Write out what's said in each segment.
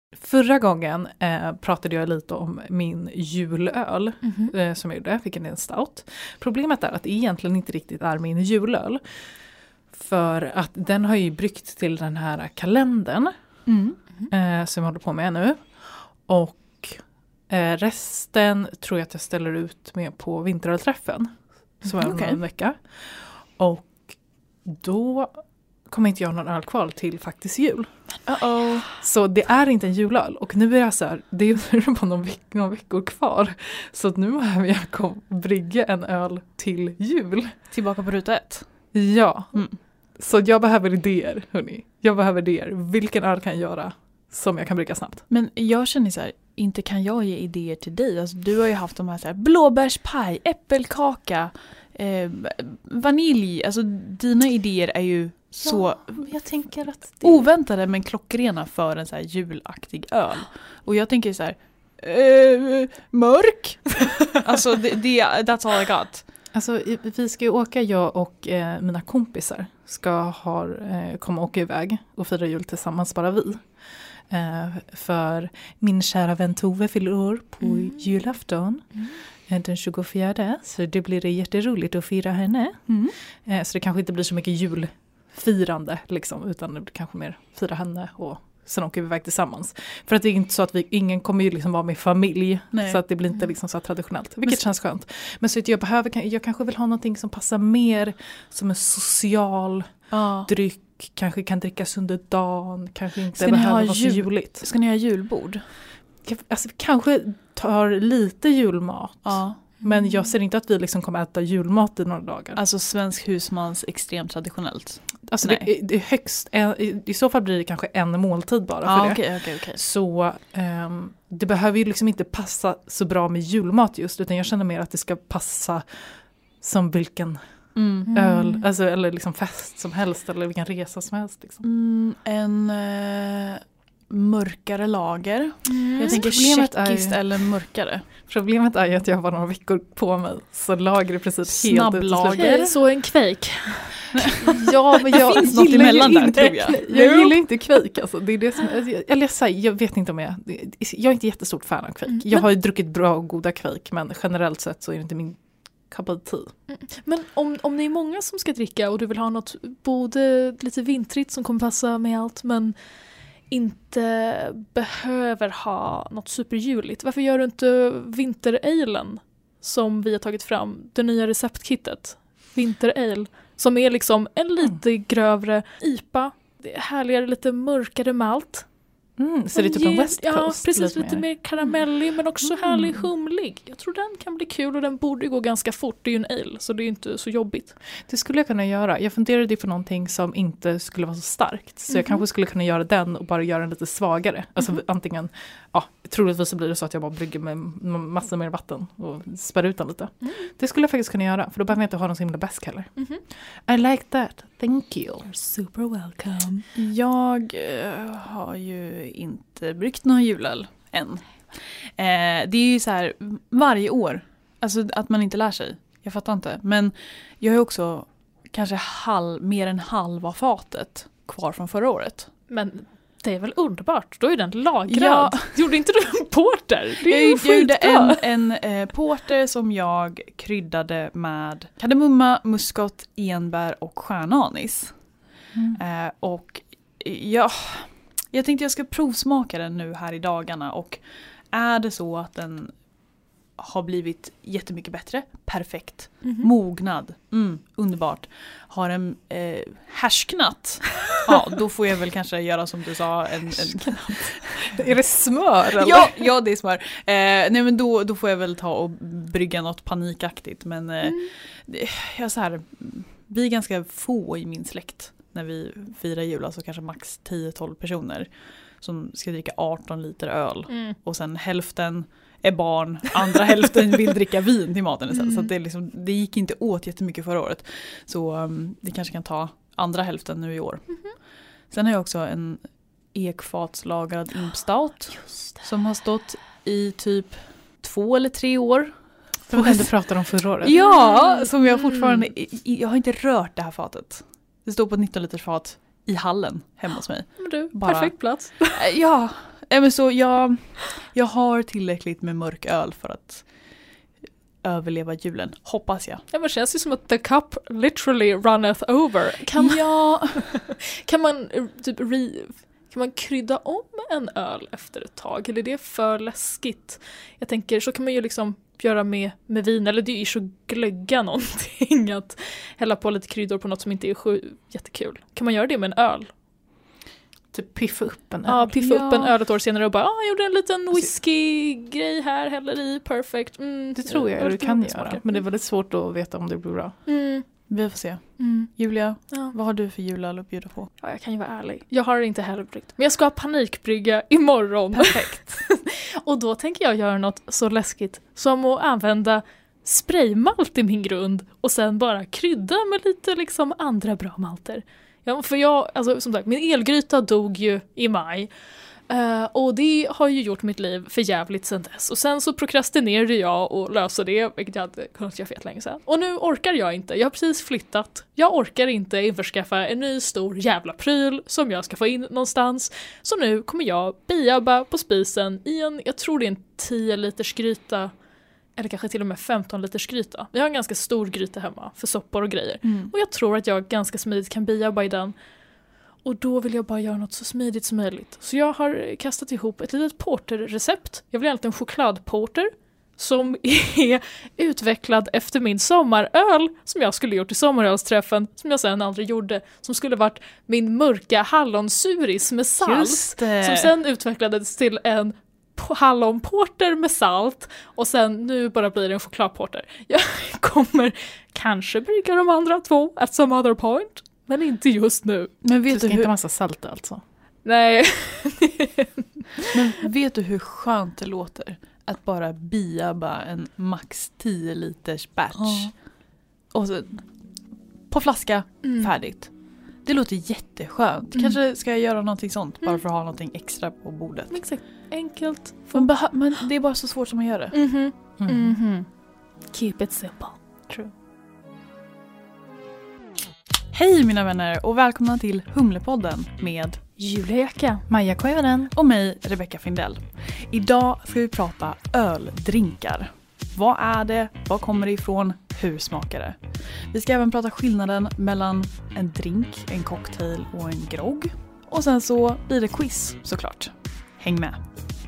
Förra gången pratade jag lite om min julöl som jag gjorde, vilken är en stout. Problemet är att det egentligen inte riktigt är min julöl. För att den har ju bryggt till den här kalendern som jag håller på med nu. Och resten tror jag att jag ställer ut med på vinterölträffen. Så är det en vecka. Och då kommer inte jag ha någon öl kvar till faktiskt jul. Så det är inte en julöl. Och nu är jag så här, det är bara några veckor kvar. Så att nu behöver jag brygga en öl till jul. Tillbaka på ruta 1. Ja. Så jag behöver idéer, hörni. Jag behöver idéer. Vilken öl kan jag göra som jag kan brygga snabbt? Men jag känner så här, inte kan jag ge idéer till dig. Alltså, du har ju haft de här, så här blåbärspaj, äppelkaka, vanilj. Alltså dina idéer är ju så jag tänker att oväntade men klockrena för en så här julaktig öl. Och jag tänker så här, mörk. Alltså that's all I got. Alltså vi ska ju åka, jag och mina kompisar ska komma och åka iväg och fira jul tillsammans, bara vi. För min kära vän Tove fyller år på julafton den 24. Så det blir jätteroligt att fira henne. Så det kanske inte blir så mycket julfirande liksom, utan det blir kanske mer fira henne och sen åker vi iväg tillsammans. För att det är inte så att ingen kommer ju liksom vara med familj. Nej. Så att det blir inte liksom så traditionellt. Vilket känns skönt. Men så att jag kanske vill ha någonting som passar mer som en social dryck. Kanske kan drickas under dagen. Kanske inte behöver vara så juligt. Ska ni ha julbord? Alltså, vi kanske tar lite julmat. Ja. Men jag ser inte att vi liksom kommer äta julmat i några dagar. Alltså svensk husmans extremt traditionellt. Alltså det är högst, i så fall blir det kanske en måltid bara för det. Okay. Så det behöver ju liksom inte passa så bra med julmat just, utan jag känner mer att det ska passa som vilken öl, alltså, eller liksom fest som helst, eller vilken resa som helst. Liksom. En mörkare lager. Jag tänker tjeckiskt eller mörkare. Problemet är ju att jag har bara några veckor på mig. Så lager är precis helt snabblager. Så en kvejk. Ja, men det finns något emellan där, tror jag. Jag gillar inte kvejk. Alltså. Det är det som, jag vet inte om jag är inte jättestort fan av kvejk. Jag har ju druckit bra och goda kvejk, men generellt sett så är det inte min cup of tea. Men om ni är många som ska dricka och du vill ha något både lite vintrigt som kommer passa med allt, men inte behöver ha något superjuligt. Varför gör du inte vinteralen som vi har tagit fram, det nya receptkittet? Vinterale, som är liksom en lite grövre IPA. Det är härligare, lite mörkare malt. Så det är typ en West Coast. Ja, precis. Lite mer karamellig, men också härlig, humlig. Jag tror den kan bli kul och den borde gå ganska fort. Det är ju en ale, så det är inte så jobbigt. Det skulle jag kunna göra. Jag funderade på någonting som inte skulle vara så starkt. Så jag kanske skulle kunna göra den och bara göra den lite svagare. Alltså antingen, troligtvis så blir det så att jag bara brygger med massor mer vatten och spär ut den lite. Det skulle jag faktiskt kunna göra, för då behöver jag inte ha någon så himla bäsk heller. I like that. Thank you. You're super welcome. Jag har ju inte bryggt någon julöl än. Det är ju så här varje år. Alltså att man inte lär sig. Jag fattar inte. Men jag har också kanske mer än halva fatet kvar från förra året. Men det är väl underbart? Då är den lagrad. Ja. Gjorde inte du en porter? Det är jag gjorde en porter som jag kryddade med kardemumma, muskot, enbär och stjärnanis. Och jag tänkte jag ska provsmaka den nu här i dagarna, och är det så att den har blivit jättemycket bättre, perfekt, mognad, underbart, har en härsknatt, då får jag väl kanske göra som du sa, Är det smör eller? Ja, det är smör. Nej, men då får jag väl ta och brygga något panikaktigt, men jag så här, vi är ganska få i min släkt när vi firar jul, alltså kanske max 10-12 personer som ska dricka 18 liter öl. Och sen hälften är barn, andra hälften vill dricka vin till maten istället. Så att det gick inte åt jättemycket förra året. Så det kanske kan ta andra hälften nu i år. Sen har jag också en ekfatslagrad impstout som har stått i typ 2 eller 3 år. Det var den du pratade om förra året. Ja, som jag fortfarande... Jag har inte rört det här fatet. Det står på ett 19 liters fat i hallen hemma hos mig. Men du, perfekt plats. Ja, Men så jag har tillräckligt med mörk öl för att överleva julen, hoppas jag. Ja, men det känns ju som att the cup literally runneth over. Kan man typ kan man krydda om en öl efter ett tag? Eller är det för läskigt? Jag tänker, så kan man ju liksom göra med vin. Eller det är ju så glögga någonting att hälla på lite kryddor på något som inte är jättekul. Kan man göra det med en öl? Typ piffa upp en öl. Ja, piffa upp en öl ett år senare och bara, jag gjorde en liten whisky-grej här, häller i, perfect. Det tror jag du kan göra. Men det är väldigt svårt att veta om det blir bra. Vi får se. Julia, vad har du för julöl att bjuda på? Ja, jag kan ju vara ärlig. Jag har inte heller bryggt. Men jag ska ha panikbrygga imorgon. Perfekt. Och då tänker jag göra något så läskigt som att använda spraymalt i min grund och sen bara krydda med lite liksom andra bra malter. Ja, för alltså som sagt, min elgryta dog ju i maj. Och det har ju gjort mitt liv för jävligt sedan dess. Och sen så prokrastinerade jag och löste det, vilket jag hade kunnat göra länge sedan. Och nu orkar jag inte. Jag har precis flyttat. Jag orkar inte införskaffa en ny stor jävla pryl som jag ska få in någonstans. Så nu kommer jag biabba på spisen i jag tror det är en 10 liters gryta. Eller kanske till och med 15 liters gryta. Jag har en ganska stor gryta hemma för soppor och grejer. Och jag tror att jag ganska smidigt kan biabba i den. Och då vill jag bara göra något så smidigt som möjligt. Så jag har kastat ihop ett litet porterrecept. Jag vill egentligen en chokladporter som är utvecklad efter min sommaröl som jag skulle gjort i sommarölsträffen, som jag sen aldrig gjorde, som skulle varit min mörka hallonsuris med salt, som sen utvecklades till en hallonporter med salt och sen nu bara blir det en chokladporter. Jag kommer kanske brygga de andra 2 at some other point. Men inte just nu. Men vet du inte ha massa salt alltså? Nej. Men vet du hur skönt det låter att bara biabba en max 10 liters batch? Och så på flaska, färdigt. Det låter jätteskönt. Kanske ska jag göra någonting sånt bara för att ha någonting extra på bordet. Exakt. Enkelt. Men det är bara så svårt som man gör det. Keep it simple. True. Hej mina vänner och välkomna till Humlepodden med Julia Jacka, Maja Koivunen och mig Rebecca Findell. Idag ska vi prata öldrinkar. Vad är det? Var kommer det ifrån? Hur smakar det? Vi ska även prata skillnaden mellan en drink, en cocktail och en grogg. Och sen så blir det quiz såklart. Häng med!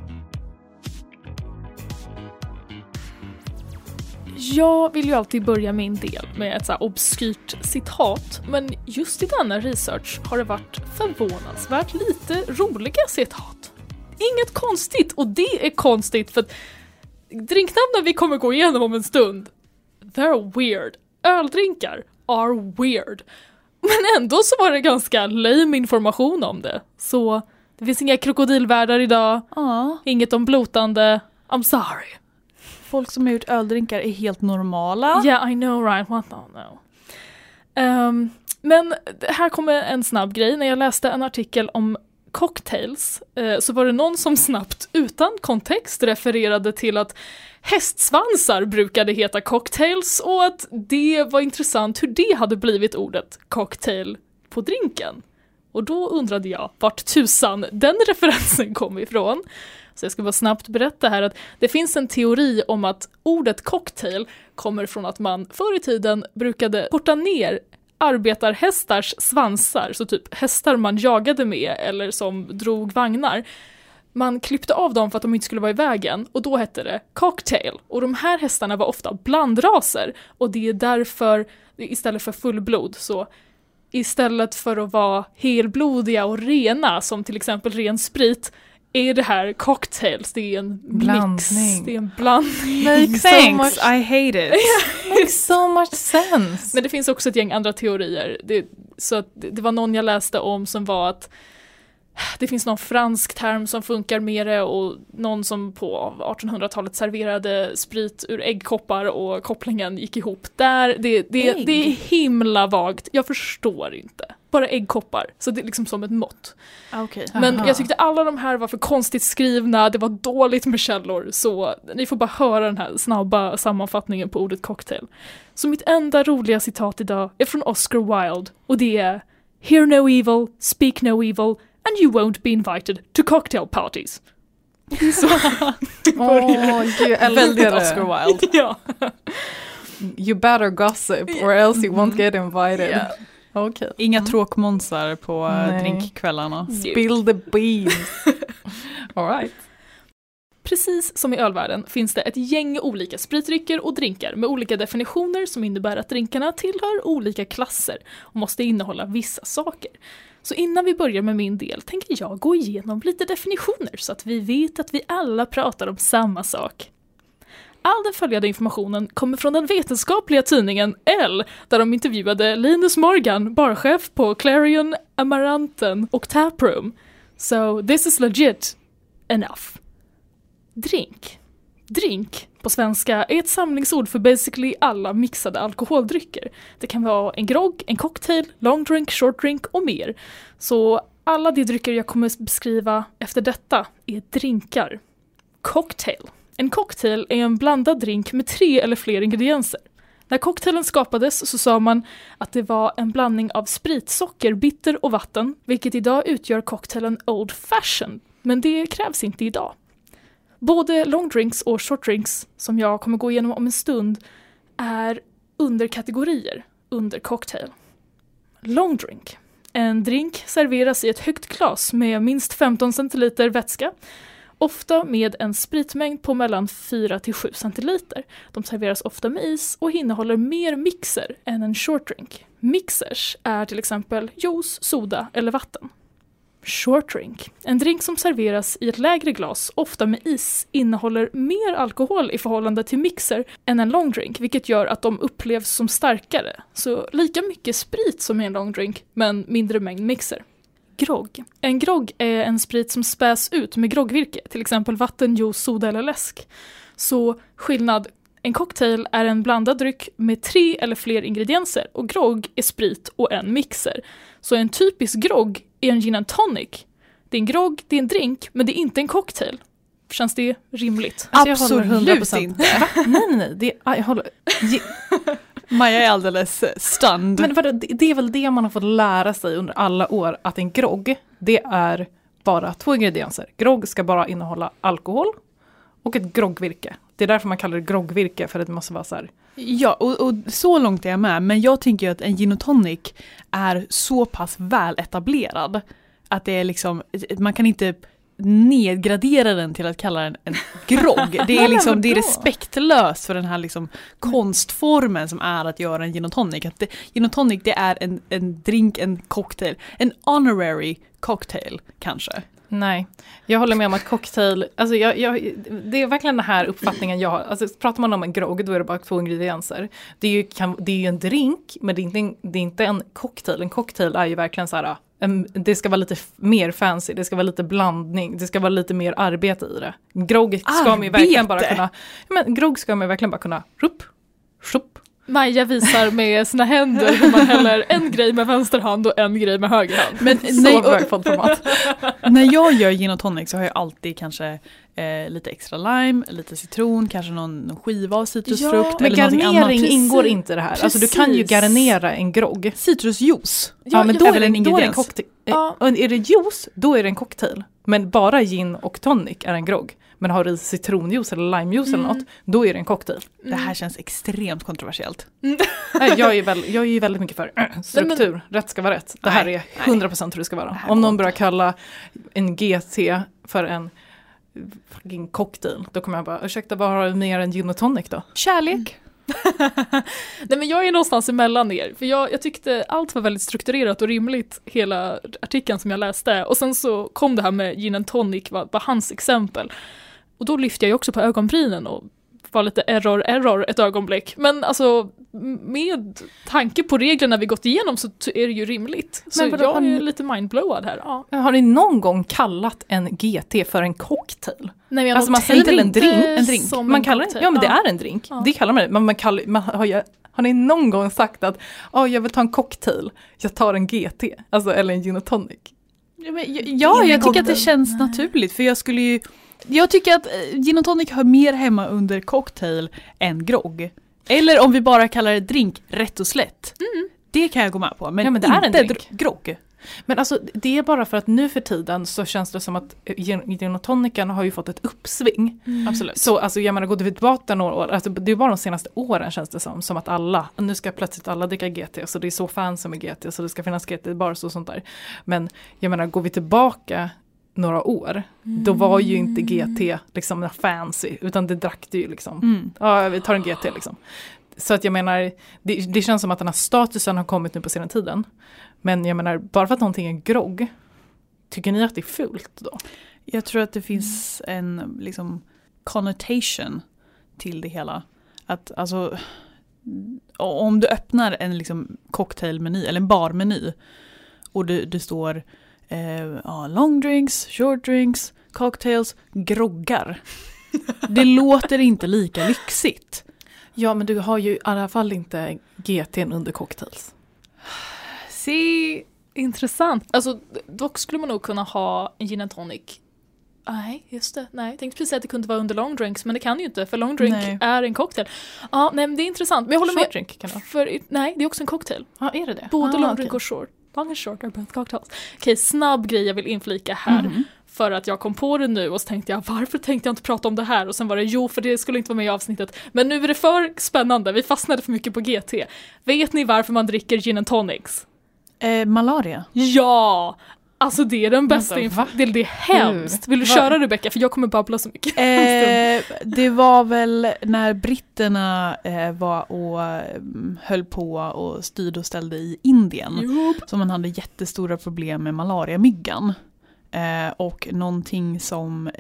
Jag vill ju alltid börja min del med ett så här obskyrt citat, men just i denna research har det varit förvånansvärt lite roliga citat. Inget konstigt, och det är konstigt för att drinknamnen vi kommer gå igenom om en stund, they're weird. Öldrinkar are weird. Men ändå så var det ganska lame information om det. Så det finns inga krokodilvärdar idag, inget om blotande, I'm sorry. Folk som har gjort öldrinkar är helt normala. Yeah, I know, right? What? No. Men här kommer en snabb grej. När jag läste en artikel om cocktails så var det någon som snabbt utan kontext refererade till att hästsvansar brukade heta cocktails och att det var intressant hur det hade blivit ordet cocktail på drinken. Och då undrade jag vart tusan den referensen kom ifrån. Så jag ska bara snabbt berätta här att det finns en teori om att ordet cocktail kommer från att man förr i tiden brukade korta ner arbetarhästars svansar, så typ hästar man jagade med eller som drog vagnar. Man klippte av dem för att de inte skulle vara i vägen och då hette det cocktail. Och de här hästarna var ofta blandraser och det är därför, istället för fullblod, så istället för att vara helblodiga och rena som till exempel ren sprit är det här cocktails, det är en blandning. Mix, det är en blandning. Thanks, I hate it. Makes so much sense. Men det finns också ett gäng andra teorier. Så att det var någon jag läste om som var att det finns någon fransk term som funkar med det och någon som på 1800-talet serverade sprit ur äggkoppar och kopplingen gick ihop där. Det är himla vagt. Jag förstår inte. Bara äggkoppar. Så det är liksom som ett mått. Okay. Men jag tyckte alla de här var för konstigt skrivna. Det var dåligt med källor. Så ni får bara höra den här snabba sammanfattningen på ordet cocktail. Så mitt enda roliga citat idag är från Oscar Wilde. Och det är: Hear no evil, speak no evil, and you won't be invited to cocktail parties. Så Gud, jag Väldigt älskar det. Oscar Wilde. ja. You better gossip or else you won't get invited. Yeah. Okej. Inga tråkmånsar på Nej. drinkkvällarna. Spill the beans. All right. Precis som i ölvärlden finns det ett gäng olika spritdrycker och drinkar med olika definitioner som innebär att drinkarna tillhör olika klasser och måste innehålla vissa saker. Så innan vi börjar med min del tänker jag gå igenom lite definitioner så att vi vet att vi alla pratar om samma sak. All den följande informationen kommer från den vetenskapliga tidningen Elle, där de intervjuade Linus Morgan, barchef på Clarion, Amaranten och Taproom. So this is legit enough. Drink på svenska är ett samlingsord för basically alla mixade alkoholdrycker. Det kan vara en grogg, en cocktail, long drink, short drink och mer. Så alla de drycker jag kommer beskriva efter detta är drinkar. Cocktail. En cocktail är en blandad drink med 3 eller fler ingredienser. När cocktailen skapades så sa man att det var en blandning av sprit, socker, bitter och vatten, vilket idag utgör cocktailen Old Fashioned, men det krävs inte idag. Både long drinks och short drinks, som jag kommer gå igenom om en stund, är underkategorier under cocktail. Long drink. En drink serveras i ett högt glas med minst 15 centiliter vätska, ofta med en spritmängd på mellan 4 till 7 centiliter. De serveras ofta med is och innehåller mer mixer än en short drink. Mixers är till exempel juice, soda eller vatten. Short drink. En drink som serveras i ett lägre glas, ofta med is, innehåller mer alkohol i förhållande till mixer än en long drink, vilket gör att de upplevs som starkare. Så lika mycket sprit som i en long drink, men mindre mängd mixer. Grogg. En grogg är en sprit som späs ut med groggvirke, till exempel vatten, juice, soda eller läsk. Så skillnad, en cocktail är en blandad dryck med 3 eller fler ingredienser och grogg är sprit och en mixer. Så en typisk grogg är en gin and tonic. Det är en grogg, det är en drink, men det är inte en cocktail. Känns det rimligt? Alltså, jag håller Absolut 100%. inte. Nej. Jag håller... Maja är alldeles stunned. Men vadå, det är väl det man har fått lära sig under alla år, att en grogg, det är bara 2 ingredienser. Grogg ska bara innehålla alkohol och ett groggvirke. Det är därför man kallar det groggvirke, för att det måste vara så här. Ja, och så långt är jag med. Men jag tänker ju att en gin och tonic är så pass väl etablerad att det är liksom, man kan inte nedgradera den till att kalla den en grogg. Det är liksom, det är respektlöst för den här liksom konstformen som är att göra en gin och tonic. Att gin och tonic, det är en drink, en cocktail, en honorary cocktail kanske. Nej, jag håller med om att cocktail, alltså det är verkligen den här uppfattningen jag har. Alltså pratar man om en grogg, då är det bara 2 ingredienser. Det är ju en drink, men det är inte en cocktail. En cocktail är ju verkligen så här, det ska vara lite mer fancy, det ska vara lite blandning, det ska vara lite mer arbete i det. Grogg ska man ju verkligen bara kunna, men grogg ska man ju verkligen bara kunna rupp. Maja visar med sina händer hur man häller en grej med vänster hand och en grej med höger hand. Men när jag gör gin och tonic så har jag alltid kanske lite extra lime, lite citron, kanske någon skiva av citrusfrukt. Men eller garnering annat. ingår inte i det här. Precis. Alltså du kan ju garnera en grogg. Citrusjuice. Ja, men då är det en ingrediens. cocktail. Ja. Är det juice, då är det en cocktail. Men bara gin och tonic är en grogg. Men har du citronjuice eller limejuice eller något, då är det en cocktail. Det här känns extremt kontroversiellt. Nej, jag är ju väldigt mycket för struktur. Rätt ska vara rätt. Det här är 100% hur det ska vara. Om någon börjar kalla en GT för en fucking cocktail, då kommer jag bara, ursäkta, vad har du mer än gin och tonic då? Kärlek. Nej, men jag är någonstans emellan er. För jag tyckte allt var väldigt strukturerat och rimligt, hela artikeln som jag läste. Och sen så kom det här med gin and tonic, var hans exempel. Och då lyfte jag ju också på ögonbrynen och var lite error ett ögonblick. Men alltså, med tanke på reglerna vi gått igenom så är det ju rimligt. Så Men vadå, jag är ju lite mindblowad här. Ja. Har ni någon gång kallat en GT för en cocktail? Nej, men Alltså man säger väl en drink? Som Man en kallar cocktail. det, ja men det är en drink. Ja. Det kallar man det. Har ni någon gång sagt att jag vill ta en cocktail, jag tar en GT, alltså, eller en gin och tonic? Jag tycker att det känns naturligt. För jag tycker att gin och tonic hör mer hemma under cocktail än grogg. Eller om vi bara kallar det drink, rätt och slätt. Det kan jag gå med på. Men, Ja, men det är en inte drink. grogg. Men alltså det är bara för att nu för tiden så känns det som att gin och tonicen har ju fått ett uppsving. Absolut. Så alltså jag menar, går du tillbaka några år, alltså det är bara de senaste åren känns det som att alla, nu ska plötsligt alla dricka GT, så det är så fancy med GT, så det ska finnas GT-bars och sånt där. Men jag menar, går vi tillbaka några år, då var ju inte GT liksom fancy, utan det drack det ju liksom. Ja, vi tar en GT liksom. Så att jag menar, det känns som att den här statusen har kommit nu på senaste tiden. Men jag menar, bara för att någonting är grogg, tycker ni att det är fult då? Jag tror att det finns en liksom connotation till det hela. Att alltså, om du öppnar en liksom cocktailmeny eller en barmeny och det står long drinks, short drinks, cocktails, groggar. Det låter inte lika lyxigt. Ja, men du har ju i alla fall inte GT:n under cocktails. Se, intressant. Alltså, dock skulle man nog kunna ha en gin and tonic. Nej, just det. Nej, jag tänkte precis att det kunde vara under long drinks, men det kan ju inte, för long drink är en cocktail. Ja, nej, men det är intressant. Men jag håller short med. Drink kan Nej, det är också en cocktail. Ja, är det? Både long drink och short. Long and short are both cocktails. Okej, snabb grej jag vill inflika här. För att jag kom på det nu och så tänkte jag, varför tänkte jag inte prata om det här? Och sen var det, för det skulle inte vara med i avsnittet. Men nu är det för spännande, vi fastnade för mycket på GT. Vet ni varför man dricker gin and tonics? Malaria. Ja! Alltså det är den bästa det är hemskt. Vill du köra, Rebecca? För jag kommer babbla så mycket. Det var väl när britterna var och höll på och styrde och ställde i Indien. Så man hade jättestora problem med malariamyggan. Och någonting som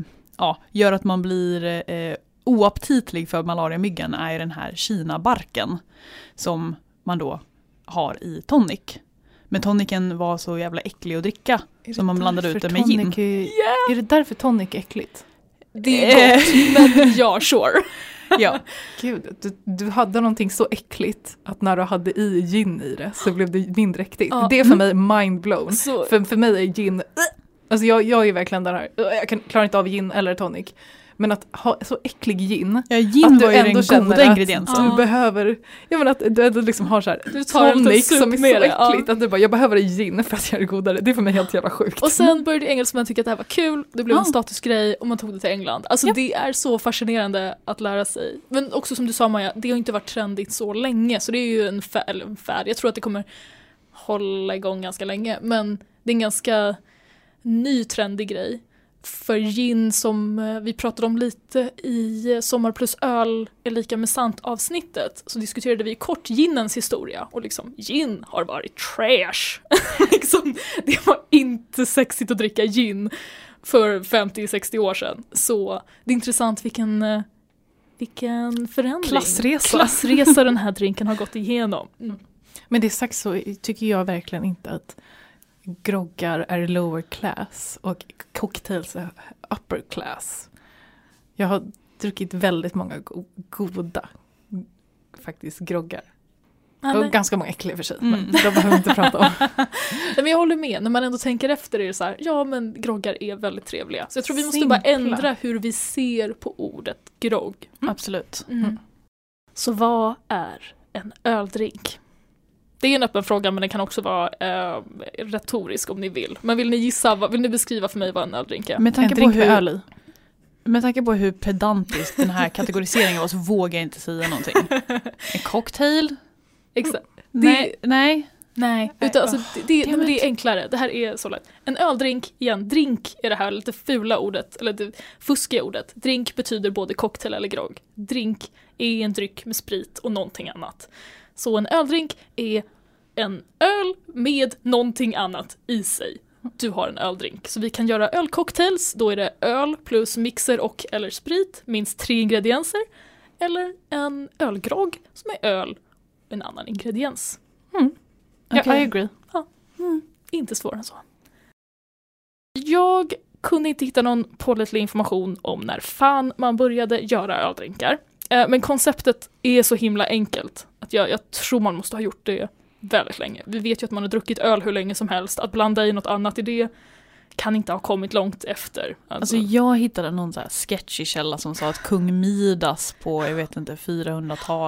gör att man blir oaptitlig för malariamyggan är den här Kina-barken som man då har i tonic. Men tonicen var så jävla äcklig att dricka som man blandade ut det med gin. Är det därför tonic är äckligt? Det är gott, men ja, sure. Ja, gud, du hade någonting så äckligt att när du hade i gin i det så blev det mindre äckligt. Ja. Det är för mig mindblown. Så. För mig är gin, alltså jag är verkligen där här, jag klarar inte av gin eller tonic. Men att ha så äcklig gin, ja, gin att du var ju ändå den goda ingrediensen. Du behöver, jag menar att du ändå liksom har så här, du tar tonic som är så äckligt att du bara, jag behöver gin för att göra det godare. Det är för mig helt jävla sjukt. Och sen började engelsmän tycka att det här var kul, det blev en statusgrej och man tog det till England. Alltså det är så fascinerande att lära sig. Men också som du sa, Maja, det har inte varit trendigt så länge, så det är ju en färd. Jag tror att det kommer hålla igång ganska länge, men det är en ganska ny trendig grej. För gin, som vi pratade om lite i Sommar plus öl är lika med sant avsnittet, så diskuterade vi kort ginens historia och liksom, gin har varit trash. Liksom, det var inte sexigt att dricka gin för 50-60 år sedan. Så det är intressant vilken förändring. Klassresa den här drinken har gått igenom. Men det är sagt så tycker jag verkligen inte att groggar är lower class och cocktails är upper class. Jag har druckit väldigt många goda faktiskt groggar. Och ganska många äckliga för sig, men de behöver vi inte prata om. Men jag håller med, när man ändå tänker efter är det så här, ja men groggar är väldigt trevliga. Så jag tror vi måste bara ändra hur vi ser på ordet grogg. Absolut. Så vad är en öldrink? Det är en öppen fråga, men den kan också vara retorisk om ni vill. Men vill ni beskriva för mig vad en öldrink är? Med tanke på hur pedantisk den här kategoriseringen var så vågar jag inte säga någonting. En cocktail? Exakt. Nej. Utan, alltså, det är enklare. Det här är så lätt. En öldrink, igen, drink är det här lite fula ordet, eller det fuskiga ordet. Drink betyder både cocktail eller grogg. Drink är en dryck med sprit och någonting annat. Så en öldrink är en öl med någonting annat i sig. Du har en öldrink. Så vi kan göra ölcocktails. Då är det öl plus mixer och eller sprit. Minst 3 ingredienser. Eller en ölgrogg som är öl en annan ingrediens. Okay. I agree. Ja. Inte svårare än så. Jag kunde inte hitta någon pålitlig information om när fan man började göra öldrinkar. Men konceptet är så himla enkelt att jag tror man måste ha gjort det väldigt länge. Vi vet ju att man har druckit öl hur länge som helst. Att blanda i något annat i det kan inte ha kommit långt efter. Alltså jag hittade någon så här sketchy källa som sa att kung Midas på, jag vet inte,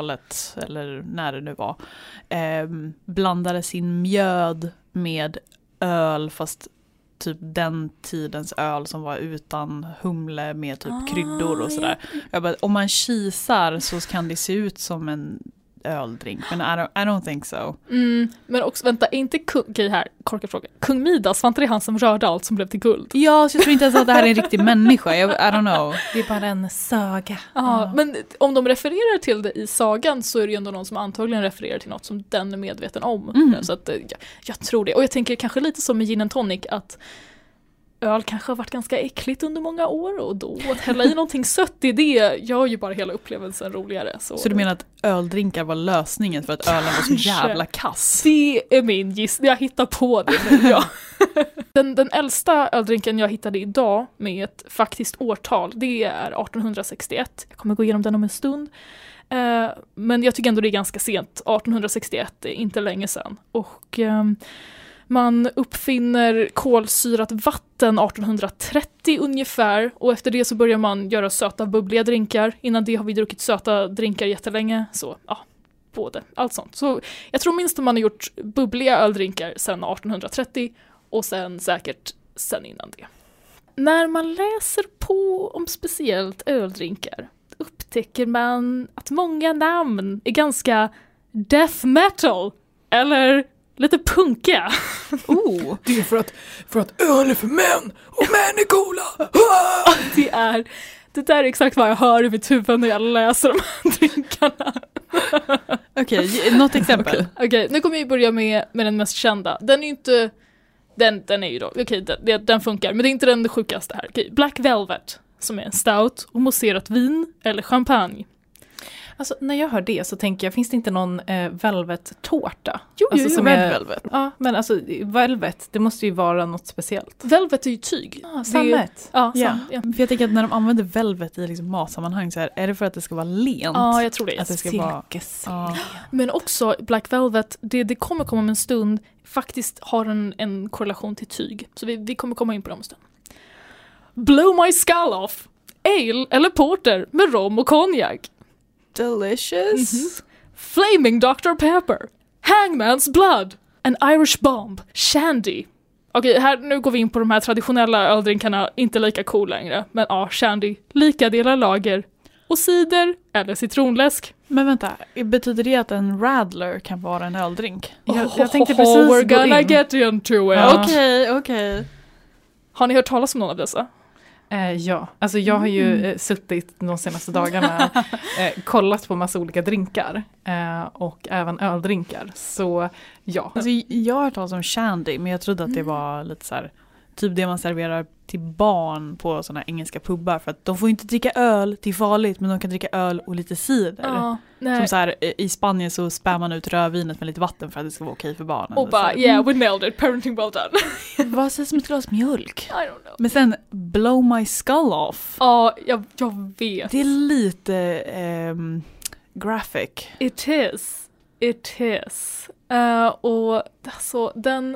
400-talet eller när det nu var, blandade sin mjöd med öl fast typ den tidens öl som var utan humle med typ kryddor och sådär. Jag bara, om man kisar så kan det se ut som en öldrink, men I don't think so. Men också, vänta, är inte okej här, korkad fråga. Kung Midas, var inte det han som rörde allt som blev till guld? Ja, så jag tror inte ens att det här är en riktig människa. I don't know. Det är bara en saga. Ja, men om de refererar till det i sagan så är det ju ändå någon som antagligen refererar till något som den är medveten om. Så att jag tror det. Och jag tänker kanske lite som med gin and tonic att öl kanske har varit ganska äckligt under många år och då att hälla i någonting sött i det gör ju bara hela upplevelsen roligare. Så du menar att öldrinkar var lösningen för att ölen var så jävla kass? Det är min gissning. Jag hittar på det nu, ja. Den äldsta öldrinken jag hittade idag med ett faktiskt årtal, det är 1861. Jag kommer gå igenom den om en stund. Men jag tycker ändå det är ganska sent. 1861 är inte länge sedan. Och man uppfinner kolsyrat vatten 1830 ungefär och efter det så börjar man göra söta bubbliga drinkar. Innan det har vi druckit söta drinkar jättelänge. Så ja, både, allt sånt. Så jag tror minst att man har gjort bubbliga öldrinkar sedan 1830 och sen säkert sen innan det. När man läser på om speciellt öldrinkar upptäcker man att många namn är ganska death metal eller lite punka. Det är för att öl är för män och män är coola. Det där är exakt vad jag hör i mitt huvud när jag läser de här drinkarna. Okej, något exempel. Okej, nu kommer jag börja med den mest kända. Den är ju inte den är ju då, den funkar, men det är inte den sjukaste här. Okej, Black Velvet som är en stout och mousserat vin eller champagne. Alltså när jag hör det så tänker jag, finns det inte någon velvet-tårta? Jo, alltså, som Red Velvet. Ja, men alltså velvet, det måste ju vara något speciellt. Velvet är ju tyg. Sammet. Ja, Ja. För jag tänker att när de använder velvet i liksom matsammanhang så här, är det för att det ska vara lent? Ja, jag tror det. Att det ska vara... Men också Black Velvet, det kommer komma om en stund, faktiskt har en korrelation till tyg. Så vi kommer komma in på dem en stund. Blow my skull off! Ale eller porter med rom och konjak. Delicious. Flaming Dr. Pepper. Hangman's Blood. An Irish Bomb. Shandy. Okej, nu går vi in på de här traditionella öldrinkarna, inte lika cool längre. Men ja, shandy. Lika delar lager. Och cider eller citronläsk. Men vänta, betyder det att en radler kan vara en öldrink? Jag tänkte precis we're gå gonna in. get into it. Ja. Okej. Har ni hört talas om någon av dessa? Ja, alltså jag har ju suttit de senaste dagarna kollat på massa olika drinkar och även öldrinkar, så ja. Alltså, jag har hört talas om shandy, men jag trodde att det var lite så här, typ det man serverar till barn på såna här engelska pubbar, för att de får inte dricka öl, det är farligt, men de kan dricka öl och lite cider. Som så här, i Spanien så spär man ut rödvinet med lite vatten för att det ska vara okej för barnen. Och bara, yeah, we nailed it, parenting well done. Vad sägs som ett glas mjölk? I don't know. Men sen, blow my skull off. Ja, jag vet. Det är lite graphic. It is. Och alltså,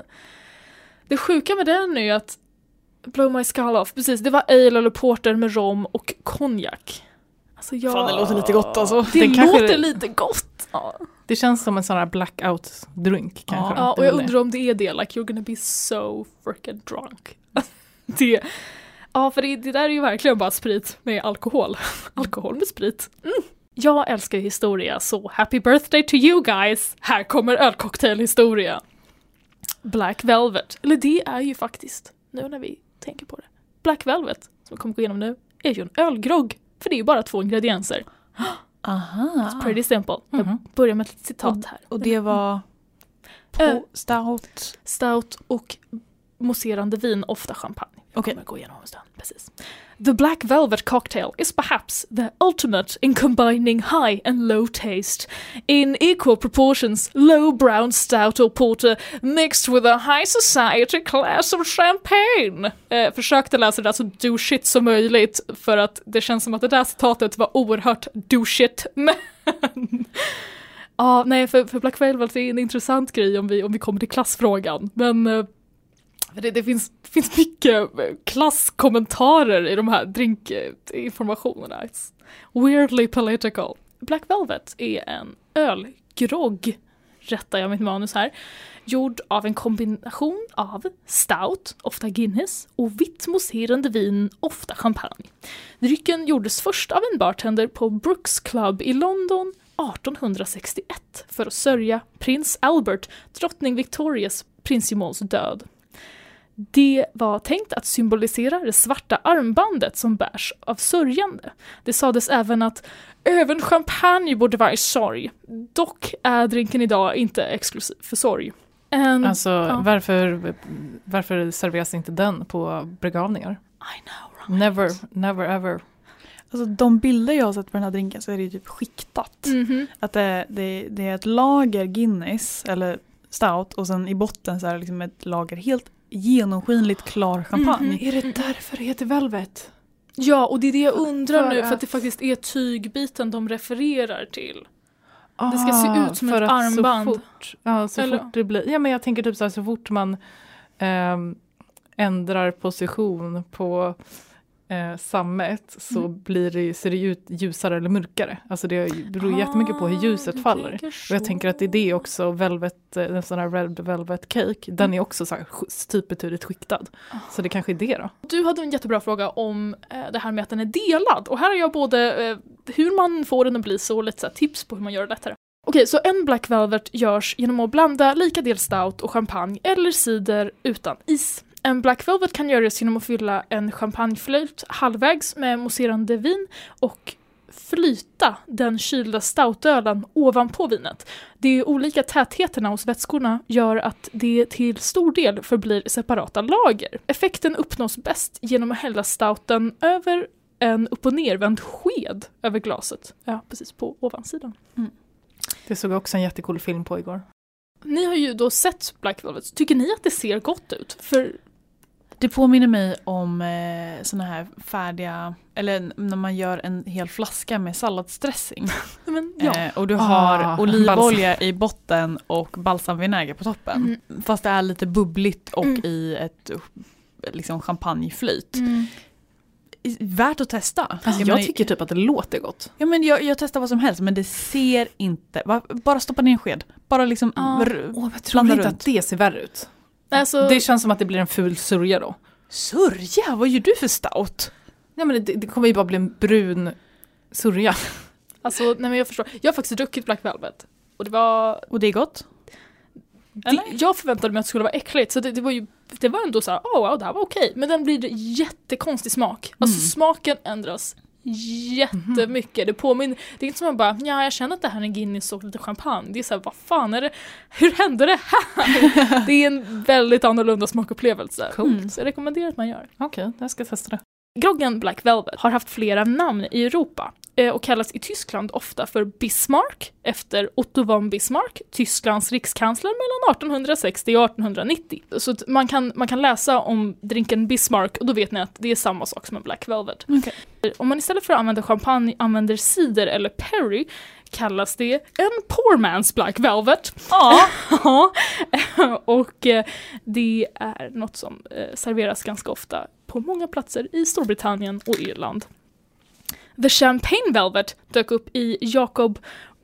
det sjuka med den är ju att blow my skull off, precis, det var ale eller porter med rom och konjak. Alltså Fan, det låter lite gott alltså. Det låter kanske... lite gott. Ja. Det känns som en sån här blackout-drink kanske. Ja, och jag undrar om det är det. Like, you're gonna be so freaking drunk. Ja, för det där är ju verkligen bara sprit med alkohol. Alkohol med sprit. Jag älskar historia, så happy birthday to you guys. Här kommer ölcocktailhistoria. Black Velvet. Eller det är ju faktiskt, nu när vi tänker på det. Black Velvet, som vi kommer gå igenom nu, är ju en ölgrogg. För det är ju bara 2 ingredienser. Aha. It's pretty simple. Jag börjar med ett citat här. Och det var stout och mousserande vin, ofta champagne. Okej. Kommer gå igenom en stund. Precis. The Black Velvet cocktail is perhaps the ultimate in combining high and low taste. In equal proportions, low brown stout or porter mixed with a high society class of champagne. Försökte läsa det där så douchigt som möjligt för att det känns som att det där citatet var oerhört douchigt. Men nej, för Black Velvet är en intressant grej om vi kommer till klassfrågan. Men det finns mycket klasskommentarer i de här drinkinformationerna. It's weirdly political. Black Velvet är en ölgrogg rättar jag mitt manus här, gjord av en kombination av stout, ofta Guinness, och vitt mousserande vin, ofta champagne. Drycken gjordes först av en bartender på Brooks Club i London 1861 för att sörja prins Albert, drottning Victorias prinsgemåls död. Det var tänkt att symbolisera det svarta armbandet som bärs av sörjande. Det sades även att även champagne borde vara i sorg. Dock är drinken idag inte exklusiv för sorg. Varför serveras inte den på begravningar? I know, right? Never ever. Alltså de bilder jag har sett på den här drinken så är det ju typ skiktat. Att det är ett lager Guinness eller stout och sen i botten så är det liksom ett lager helt genomskinligt klar champagne. Är det därför det heter Velvet? Ja, och det är det jag undrar nu, för att det faktiskt är tygbiten de refererar till. Det ska se ut som ett armband. Så fort det blir... Ja, men jag tänker typ så fort man ändrar position på sammet så ser det ut ljusare eller mörkare. Alltså det beror jättemycket på hur ljuset faller. Och jag tänker att det är det också, en sån här red velvet cake, den är också så här typbetydigt skiktad. Så det kanske är det då. Du hade en jättebra fråga om det här med att den är delad. Och här har jag både hur man får den att bli så, lite så här, tips på hur man gör det lättare. Okej, så en Black Velvet görs genom att blanda lika del stout och champagne eller cider utan is. En Black Velvet kan göras genom att fylla en champagneflöjt halvvägs med mousserande vin och flyta den kylda stoutölen ovanpå vinet. De olika tätheterna hos vätskorna gör att det till stor del förblir separata lager. Effekten uppnås bäst genom att hälla stouten över en upp- och nervänd sked över glaset. Ja, precis på ovansidan. Det såg också en jättecool film på igår. Ni har ju då sett Black Velvet. Tycker ni att det ser gott ut? För det påminner mig om såna här färdiga, eller när man gör en hel flaska med salladsdressing. Men, ja. Och du har olivolja i botten och balsamvinäger på toppen. Fast det är lite bubbligt och i ett liksom champagneflyt. Värt att testa. Alltså, jag tycker typ att det låter gott. Ja, men jag testar vad som helst, men det ser inte... Bara stoppa ner en sked. Bara liksom jag tror inte att det ser värre ut. Alltså, det känns som att det blir en ful sörja då. Sörja? Vad gör du för stout? Nej, men det kommer ju bara bli en brun sörja. Alltså, nej, men jag förstår. Jag har faktiskt druckit Black Velvet. Och det är gott? Jag förväntade mig att det skulle vara äckligt. Så det var ändå så här, wow, det här var okej. Men den blir jättekonstig smak. Alltså smaken ändras jättemycket. Det är inte som att bara, jag känner att det här är Guinness och lite champagne. Det är så här, vad fan är det? Hur hände det här? Det är en väldigt annorlunda smakupplevelse. Så jag rekommenderar att man gör. Okej, jag ska testa det. Groggen Black Velvet har haft flera namn i Europa och kallas i Tyskland ofta för Bismarck efter Otto von Bismarck, Tysklands rikskansler mellan 1860 och 1890. Så att man kan läsa om drinken Bismarck och då vet ni att det är samma sak som en Black Velvet. Okay. Om man istället för att använda champagne använder cider eller perry kallas det en poor man's Black Velvet. Ja. Och det är något som serveras ganska ofta på många platser i Storbritannien och Irland. The Champagne Velvet dök upp i Jacob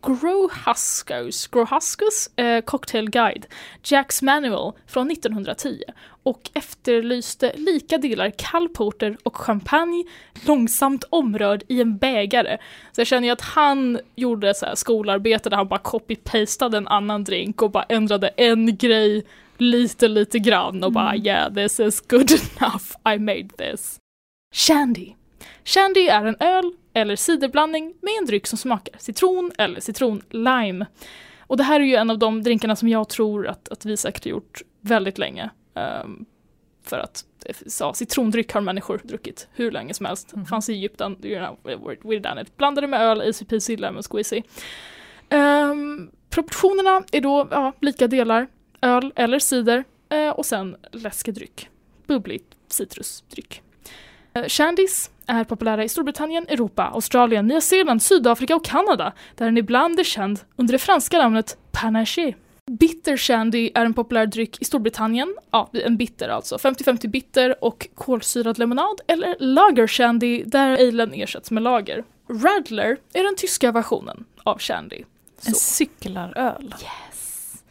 Grohuscus Cocktail Guide, Jack's Manual från 1910 och efterlyste lika delar kallporter och champagne långsamt omrörd i en bägare. Så jag känner ju att han gjorde så här skolarbete där han bara copy-pastade en annan drink och bara ändrade en grej lite grann och bara yeah, this is good enough, I made this. Shandy. Shandy är en öl eller ciderblandning med en dryck som smakar citron eller citronlime. Och det här är ju en av de drinkarna som jag tror att vi säkert har gjort väldigt länge. För att citrondryck har människor druckit hur länge som helst. Fanns i Egypten, we're done it. Blandade med öl, easy peasy, lemon squeezy. Proportionerna är då lika delar öl eller cider och sen läskedryck. Bubblig citrusdryck. Shandies är populära i Storbritannien, Europa, Australien, Nya Zeeland, Sydafrika och Kanada, där den ibland är känd under det franska namnet panaché. Bitter shandy är en populär dryck i Storbritannien, en bitter alltså, 50-50 bitter och kolsyrad lemonad, eller lager shandy där alen ersätts med lager. Radler är den tyska versionen av shandy. En cyklaröl. Yes.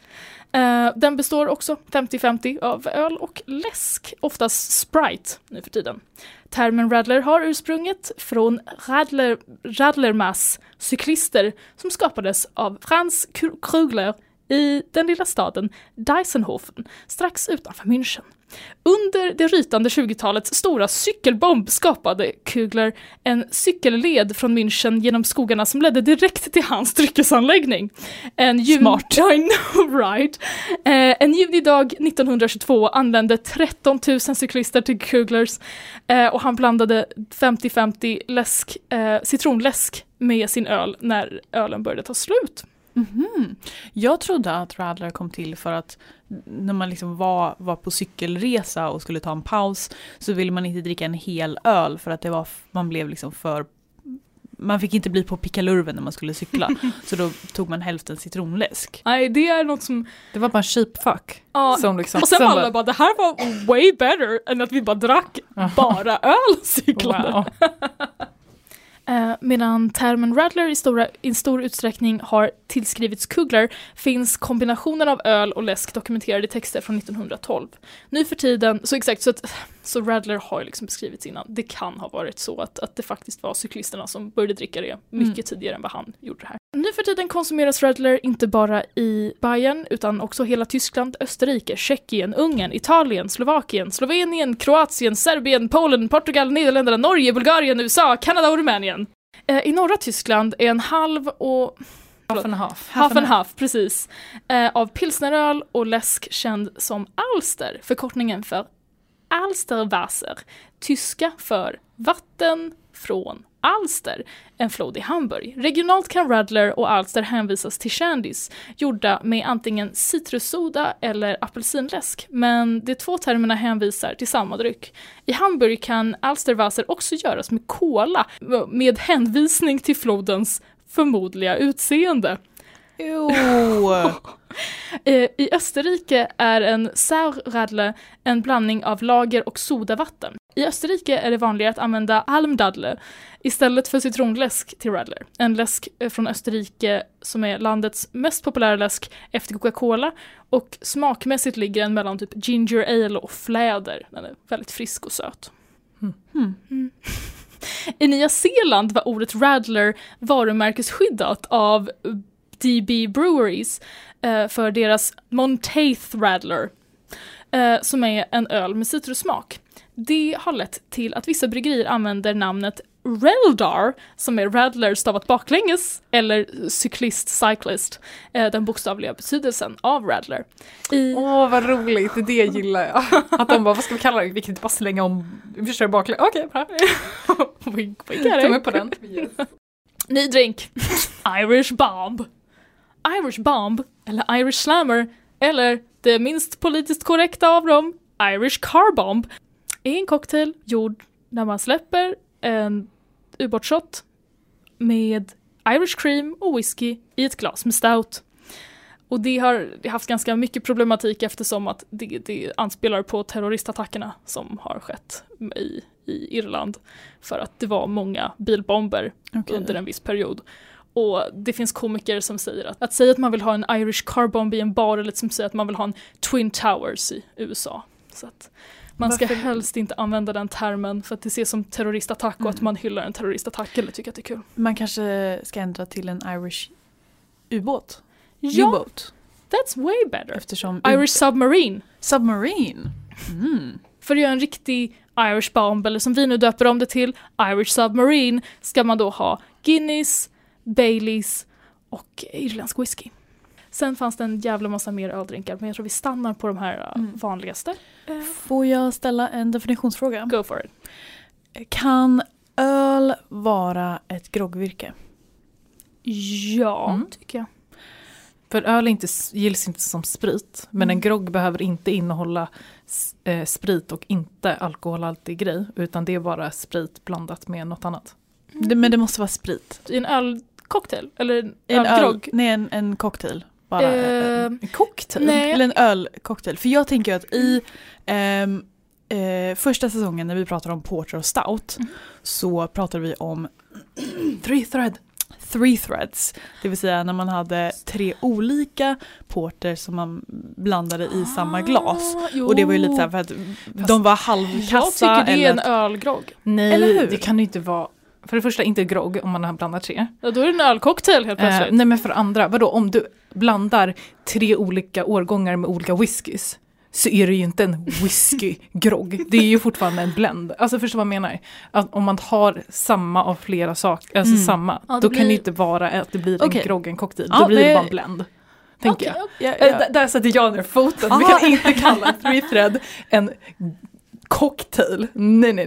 Den består också 50-50 av öl och läsk, oftast Sprite nu för tiden. Termen Radler har ursprunget från Radlermass, cyklister som skapades av Franz Krugler i den lilla staden Deisenhofen, strax utanför München. Under det rytande 20-talets stora cykelbomb skapade Kugler en cykelled från München genom skogarna som ledde direkt till hans dryckesanläggning. Smart. I know, right? En junidag 1922 anlände 13 000 cyklister till Kuglers och han blandade 50-50 citronläsk med sin öl när ölen började ta slut. Mm-hmm. Jag trodde att Radler kom till för att när man liksom var på cykelresa och skulle ta en paus så ville man inte dricka en hel öl för att det var, man blev liksom man fick inte bli på pickalurven när man skulle cykla. Så då tog man hälften citronläsk. Nej, det är något som... Det var bara cheap fuck. Som liksom, och sen var alla bara, det här var way better än att vi bara drack bara öl och cyklade. Wow. Medan termen Radler i stor utsträckning har tillskrivits Kugler finns kombinationen av öl och läsk dokumenterade i texter från 1912. Nu för tiden, så Radler har liksom beskrivits innan. Det kan ha varit så att det faktiskt var cyklisterna som började dricka det mycket tidigare än vad han gjorde det här. Nu för tiden konsumeras Radler inte bara i Bayern utan också hela Tyskland, Österrike, Tjeckien, Ungern, Italien, Slovakien, Slovenien, Kroatien, Serbien, Polen, Portugal, Nederländerna, Norge, Bulgarien, USA, Kanada och Rumänien. I norra Tyskland är en halv och... Half and half, precis. Av pilsneröl och läsk känd som Alster, förkortningen för Alsterwasser. Tyska för vatten från Alster, en flod i Hamburg. Regionalt kan Radler och Alster hänvisas till shandies, gjorda med antingen citrussoda eller apelsinläsk, men de två termerna hänvisar till samma dryck. I Hamburg kan Alsterwasser också göras med cola, med hänvisning till flodens förmodliga utseende. I Österrike är en Sauerradler en blandning av lager och sodavatten. I Österrike är det vanligare att använda Almdadle istället för citronläsk till Radler. En läsk från Österrike som är landets mest populära läsk efter Coca-Cola och smakmässigt ligger den mellan typ ginger ale och fläder. Den är väldigt frisk och söt. I Nya Zeeland var ordet Radler varumärkesskyddat av DB Breweries för deras Monteith Radler som är en öl med citrussmak. Det har lett till att vissa bryggerier använder namnet Reldar, som är Radler stavat baklänges, eller cyklist, den bokstavliga betydelsen av Radler. Vad roligt, det gillar jag. Att de bara, vad ska vi kalla det? Vi kan inte bara slänga om, vi kör baklänges. Okej, bra. Ta med på den. Yes. Ny drink. Irish Bomb. Irish Bomb, eller Irish Slammer, eller det minst politiskt korrekta av dem, Irish Car Bomb, är en cocktail gjord när man släpper en ubåtsshot med Irish cream och whisky i ett glas med stout. Och det har haft ganska mycket problematik eftersom att det anspelar på terroristattackerna som har skett i Irland, för att det var många bilbomber under en viss period. Och det finns komiker som säger att säga att man vill ha en Irish car bomb i en bar, eller som säger att man vill ha en Twin Towers i USA. Så att man ska helst inte använda den termen för att det ses som terroristattack och att man hyllar en terroristattack eller tycker att det är kul. Man kanske ska ändra till en Irish ubåt. Ja, U-boat. That's way better. Eftersom Irish Submarine. Submarine. För att göra en riktig Irish bomb, eller som vi nu döper om det till, Irish Submarine, ska man då ha Guinness, Baileys och irländsk whisky. Sen fanns det en jävla massa mer öldrinkar, men jag tror vi stannar på de här vanligaste. Får jag ställa en definitionsfråga? Go for it. Kan öl vara ett groggvirke? Ja, tycker jag. För öl gills inte som sprit, men en grogg behöver inte innehålla sprit och inte alkoholhaltig grej, utan det är bara sprit blandat med något annat. Men det måste vara sprit. I en ölcocktail? Eller en ölgrogg? Nej, en cocktail. Bara en cocktail? Nej. Eller en ölcocktail. För jag tänker att i första säsongen när vi pratade om porter och stout så pratade vi om Three three threads. Det vill säga när man hade 3 olika porter som man blandade i samma glas. Och det var ju lite så här för att de var halvkassa. Jag tycker det är en eller... ölgrogg. Nej, Eller hur? det kan ju inte vara. För det första inte grogg om man har blandat 3. Ja, då är det en ölcocktail helt plötsligt. Nej, men för andra, vadå, om du blandar 3 olika årgångar med olika whiskys så är det ju inte en whisky-grogg. Det är ju fortfarande en blend. Alltså förstår vad jag menar? Att om man har samma av flera saker, alltså samma, Ja, då blir... kan det ju inte vara att det blir Okej. en grogg, en cocktail. Ja, Då blir det nej. bara en blend. Tänker jag. Ja. Där sätter jag ner foten. Vi Aha. kan inte kalla three thread en cocktail. Nej. Nej.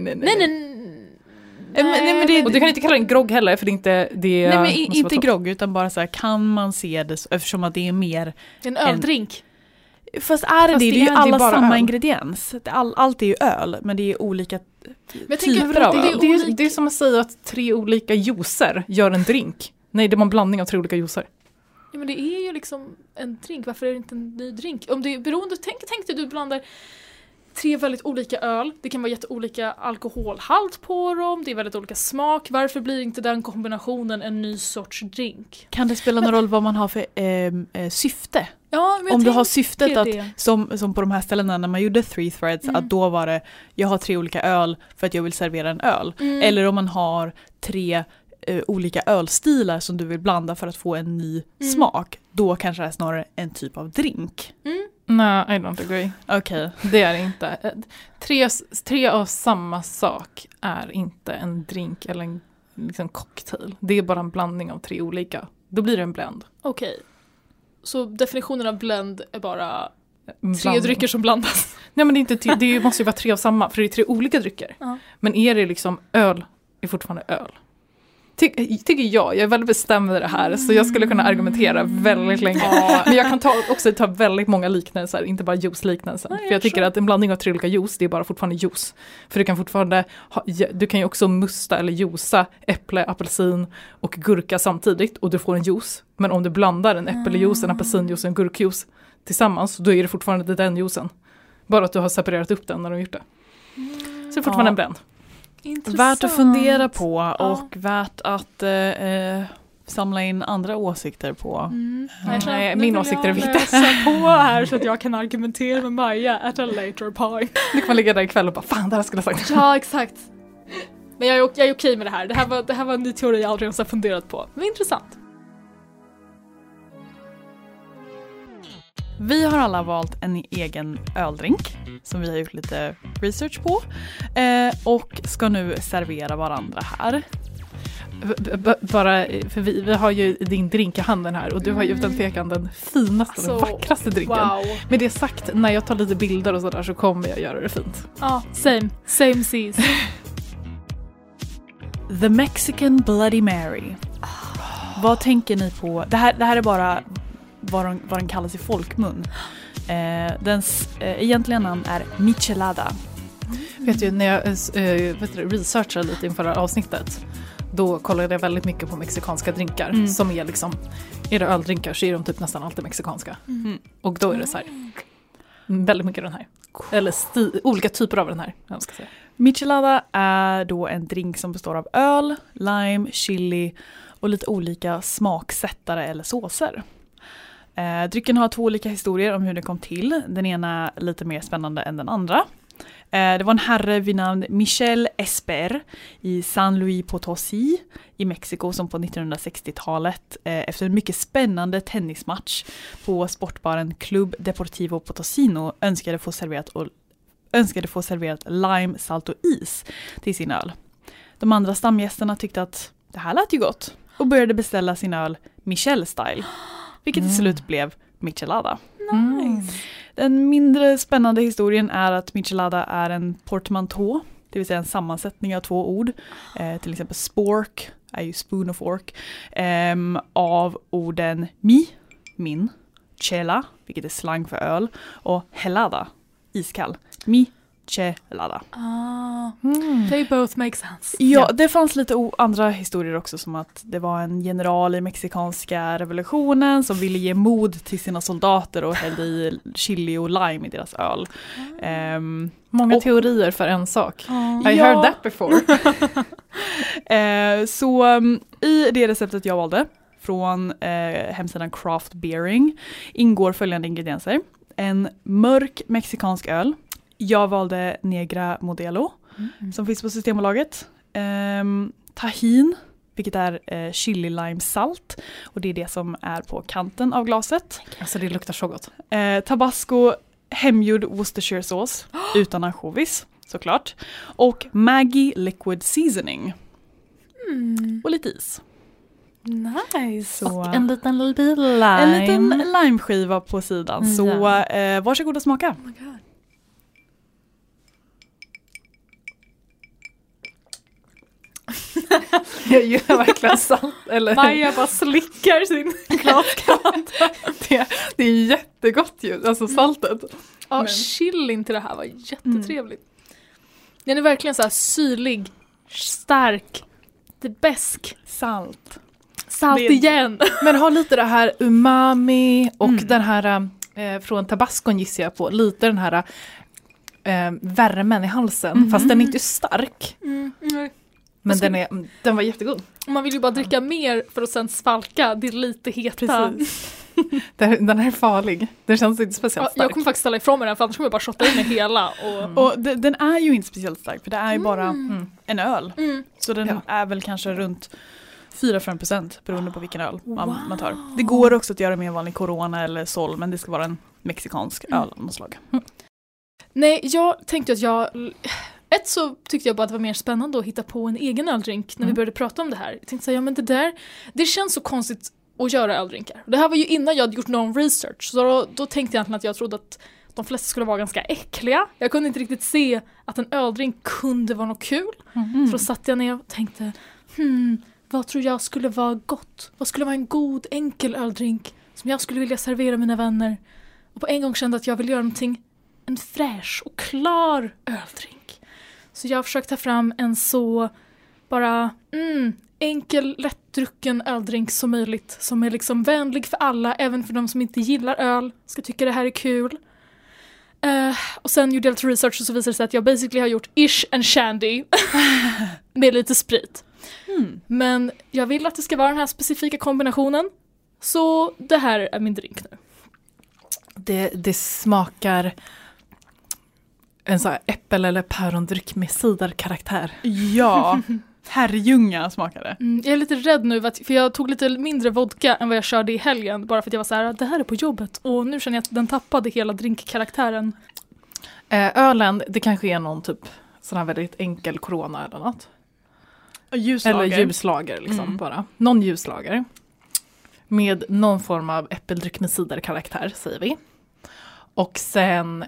Nej, men det- Och du kan inte kalla det en grogg heller för det är inte det. Nej, men måste inte vara så. grogg utan bara så här, kan man se det eftersom att det är mer. En öldrink. Fast är det Fast det? det Det är ju är inte alla bara samma öl. ingrediens. Allt är ju öl men det är olika Men jag tänker typer för att av det öl. är Det är som att säga att 3 olika juicer gör en drink. Nej, det var en blandning av 3 olika juicer. Ja, men det är ju liksom en drink. Varför är det inte en ny drink? Om det är beroende, tänk dig du blandar 3 väldigt olika öl. Det kan vara jätteolika alkoholhalt på dem. Det är väldigt olika smak. Varför blir inte den kombinationen en ny sorts drink? Kan det spela någon roll vad man har för syfte? Ja, men Om du har tänker syftet att, det. som på de här ställena när man gjorde three threads, att då var det, jag har 3 olika öl för att jag vill servera en öl. Eller om man har 3 olika ölstilar som du vill blanda för att få en ny smak, då kanske det är snarare en typ av drink. Nej, I don't agree. Okej. Det är det inte. 3 av samma sak är inte en drink eller en liksom cocktail. Det är bara en blandning av 3 olika. Då blir det en blend. Okej. Så definitionen av blend är bara En 3 blandning. drycker som blandas. Nej, men det måste ju vara 3 av samma, för det är 3 olika drycker. Ja. Men är det liksom öl, är fortfarande öl. Tycker jag är väldigt bestämd i det här, så jag skulle kunna argumentera väldigt länge. Men jag kan också ta väldigt många liknelser, inte bara juice-liknelser. För jag tycker att en blandning av 3 olika juice, det är bara fortfarande juice. För du kan fortfarande, du kan ju också musta eller juica äpple, apelsin och gurka samtidigt och du får en juice. Men om du blandar en äppeljuice, en apelsinjuice och en gurkjuice tillsammans, då är det fortfarande den juicen. Bara att du har separerat upp den när du har gjort det. Så det är fortfarande en blend. Intressant. Värt att fundera på och värt att samla in andra åsikter på. Nej, min åsikt är viktig. läsa på här så att jag kan argumentera med Maja at a later point. Nu kan man ligga där ikväll och bara, fan det här skulle jag ha sagt. Ja, exakt. Men jag är okej med det här. Det här var en ny teori jag aldrig ens har funderat på. Men intressant. Vi har alla valt en egen öldrink som vi har gjort lite research på och ska nu servera varandra här. Bara, för vi har ju din drink i handen här och du har ju utan tvekan den finaste, den vackraste drinken. Wow. Med det sagt, när jag tar lite bilder och sådär så kommer jag göra det fint. Ja, same seas. The Mexican Bloody Mary. Vad tänker ni på? Det här är bara vad den kallas i folkmun. Dens egentliga namn är Michelada. Vet du, när jag researchade lite inför det här avsnittet, då kollade jag väldigt mycket på mexikanska drinkar som är liksom, är det öldrinkar så är de typ nästan alltid mexikanska. Och då är det så här, väldigt mycket den här. Eller olika typer av den här, jag ska säga. Michelada är då en drink som består av öl, lime, chili och lite olika smaksättare eller såser. Drycken har 2 olika historier om hur det kom till. Den ena är lite mer spännande än den andra. Det var en herre vid namn Michel Esper i San Luis Potosí i Mexiko som på 1960-talet efter en mycket spännande tennismatch på sportbaren Club Deportivo Potosino önskade få serverat lime, salt och is till sin öl. De andra stamgästerna tyckte att det här lät ju gott och började beställa sin öl Michel-style, vilket till slut blev Michelada. Nice. Den mindre spännande historien är att Michelada är en portmanteau, det vill säga en sammansättning av 2 ord. Till exempel spork är ju spoon och fork. Av orden min, chela, vilket är slang för öl, och helada, iskall. Mi michelada. They both make sense. Ja, det fanns lite andra historier också, som att det var en general i mexikanska revolutionen som ville ge mod till sina soldater och hällde i chili och lime i deras öl. Många teorier för en sak. I Ja. heard that before. Så i det receptet jag valde från hemsidan Craft Beering ingår följande ingredienser. En mörk mexikansk öl. Jag valde Negra Modelo som finns på Systembolaget. Tahin, vilket är chili lime salt. Och det är det som är på kanten av glaset. Alltså det luktar så gott. Tabasco, hemgjord Worcestershire sås utan ansjovis, såklart. Och Maggi liquid seasoning. Och lite is. Nice. Så, Och en liten lime. en liten limeskiva på sidan. Så varsågod och smaka. Oh my God. Jag gillar verkligen salt. Eller Maja bara slickar sin glaskant. det är jättegott ju, alltså saltet. Ja, Men- chilin till det här var jättetrevligt. Den är verkligen så här syrlig, stark, det är besk. Salt. Salt Det- igen. Men har lite det här umami och den här från tabascon gissar jag på. Lite den här värmen i halsen. Fast den är inte stark. Men den var jättegod. Man vill ju bara dricka mer för att sen svalka det lite heta. Den här är farlig. Den känns inte speciellt Ja, stark. jag kommer faktiskt ställa ifrån mig den för annars kommer jag bara shotta i mig hela. Och den är ju inte speciellt stark, för det är ju bara en öl. Så den Ja. är väl kanske runt 4-5% beroende på vilken öl man tar. Det går också att göra med en vanlig Corona eller Sol, men det ska vara en mexikansk öl av något slag. Nej, jag tänkte att så tyckte jag bara att det var mer spännande att hitta på en egen öldrink när vi började prata om det här. Jag tänkte säga, ja men det känns så konstigt att göra öldrinkar. Det här var ju innan jag hade gjort någon research, så då tänkte jag egentligen att jag trodde att de flesta skulle vara ganska äckliga. Jag kunde inte riktigt se att en öldrink kunde vara något kul. Så då satt jag ner och tänkte, vad tror jag skulle vara gott? Vad skulle vara en god, enkel öldrink som jag skulle vilja servera mina vänner? Och på en gång kände att jag vill göra en fräsch och klar öldrink. Så jag har försökt ta fram en så bara enkel, lättdrucken öldrink som möjligt. Som är liksom vänlig för alla, även för de som inte gillar öl. Ska tycka det här är kul. Och sen gjorde jag lite research och så visade det sig att jag basically har gjort ish and shandy. Med lite sprit. Men jag vill att det ska vara den här specifika kombinationen. Så det här är min drink nu. Det smakar en sån här äppel- eller pärondryck med ciderkaraktär. Ja, Herrljunga smakar det. Jag är lite rädd nu för jag tog lite mindre vodka än vad jag körde i helgen. Bara för att jag var så här, det här är på jobbet. Och nu känner jag att den tappade hela drinkkaraktären. Ölen, det kanske är någon typ sån här väldigt enkel Corona eller något. Ljuslager. Eller ljuslager liksom bara. Någon ljuslager. Med någon form av äppeldryck med ciderkaraktär säger vi. Och sen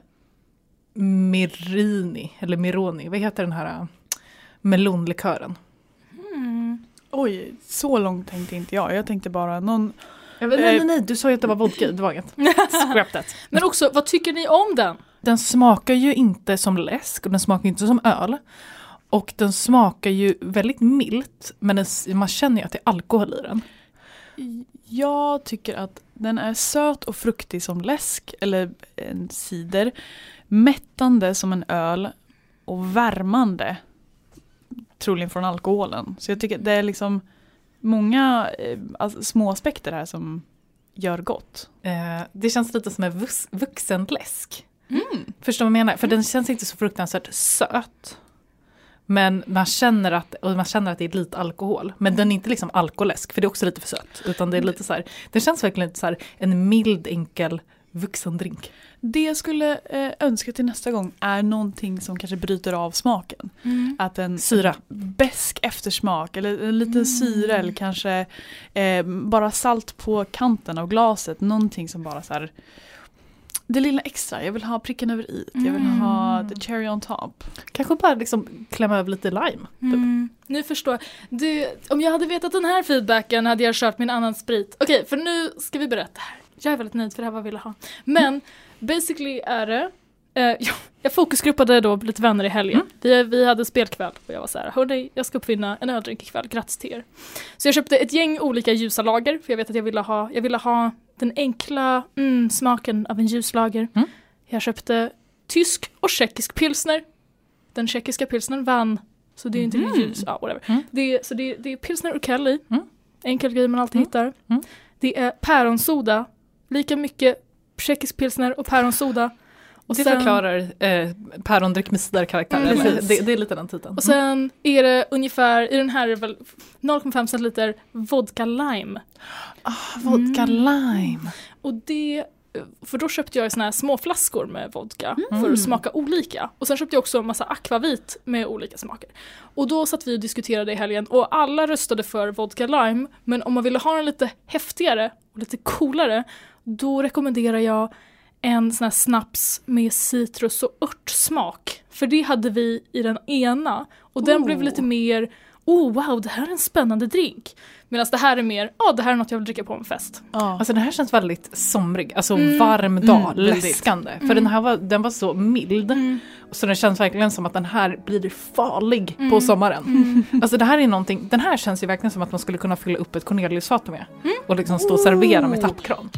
Mironi, vad heter den här melonlikören? Oj, så långt tänkte inte jag. Jag tänkte bara någon... Nej, du sa ju att det var vodka, det var inget. Scrap that. Men också, vad tycker ni om den? Den smakar ju inte som läsk och den smakar inte som öl. Och den smakar ju väldigt milt, men man känner ju att det är alkohol i den. Jag tycker att den är söt och fruktig som läsk eller en cider. Mättande som en öl och värmande troligen från alkoholen. Så jag tycker det är liksom många små aspekter här som gör gott. Det känns lite som en vuxen läsk. Förstår du vad jag menar? För den känns inte så fruktansvärt söt. Men man känner att det är lite alkohol. Men den är inte liksom alkoläsk, för det är också lite för söt. Utan det är lite så här, det känns verkligen lite så här en mild, enkel vuxendrink. Det jag skulle önska till nästa gång är någonting som kanske bryter av smaken. Att en Syra. besk eftersmak eller en liten syra eller kanske bara salt på kanten av glaset. Någonting som bara så här, det lilla extra. Jag vill ha pricken över i. Jag vill ha the cherry on top. Kanske bara liksom klämma över lite lime. Nu förstår jag. Om jag hade vetat den här feedbacken hade jag kört min annan sprit. Okej, för nu ska vi berätta här. Jag är väldigt nöjd för det här vad jag ville ha. Men basically är det Jag fokusgruppade då lite vänner i helgen. Vi hade spelkväll och jag var så här, hörni, jag ska uppfinna en öldrink ikväll, grattis till er. Så jag köpte ett gäng olika ljusa lager, för jag vet att jag ville ha den enkla smaken av en ljuslager. Jag köpte tysk och tjeckisk pilsner. Den tjeckiska pilsnern vann, så det är inte ljus. Ja, whatever. Det är pilsner och Kelly. Enkel grej man alltid hittar. Det är päronsoda. Lika mycket tjeckisk pilsner och päronsoda. Och det förklarar pärondryck med ciderkaraktär. Det är lite den titeln. Och sen är det ungefär, i den här är väl 0,5 centiliter vodka lime. Vodka lime. Och det, för då köpte jag såna här små flaskor med vodka för att smaka olika. Och sen köpte jag också en massa akvavit med olika smaker. Och då satt vi och diskuterade i helgen och alla röstade för vodka lime. Men om man ville ha den lite häftigare och lite coolare, då rekommenderar jag en sån här snaps med citrus och örtsmak. För det hade vi i den ena. Och den blev lite mer, wow, det här är en spännande drink. Medan det här är mer, det här är något jag vill dricka på en fest. Alltså det här känns väldigt somrig, alltså varm dag, läskande. För den var så mild. Så det känns verkligen som att den här blir farlig på sommaren. Alltså det här är någonting, den här känns ju verkligen som att man skulle kunna fylla upp ett Corneliusfat med. Och liksom stå och servera med tappkran.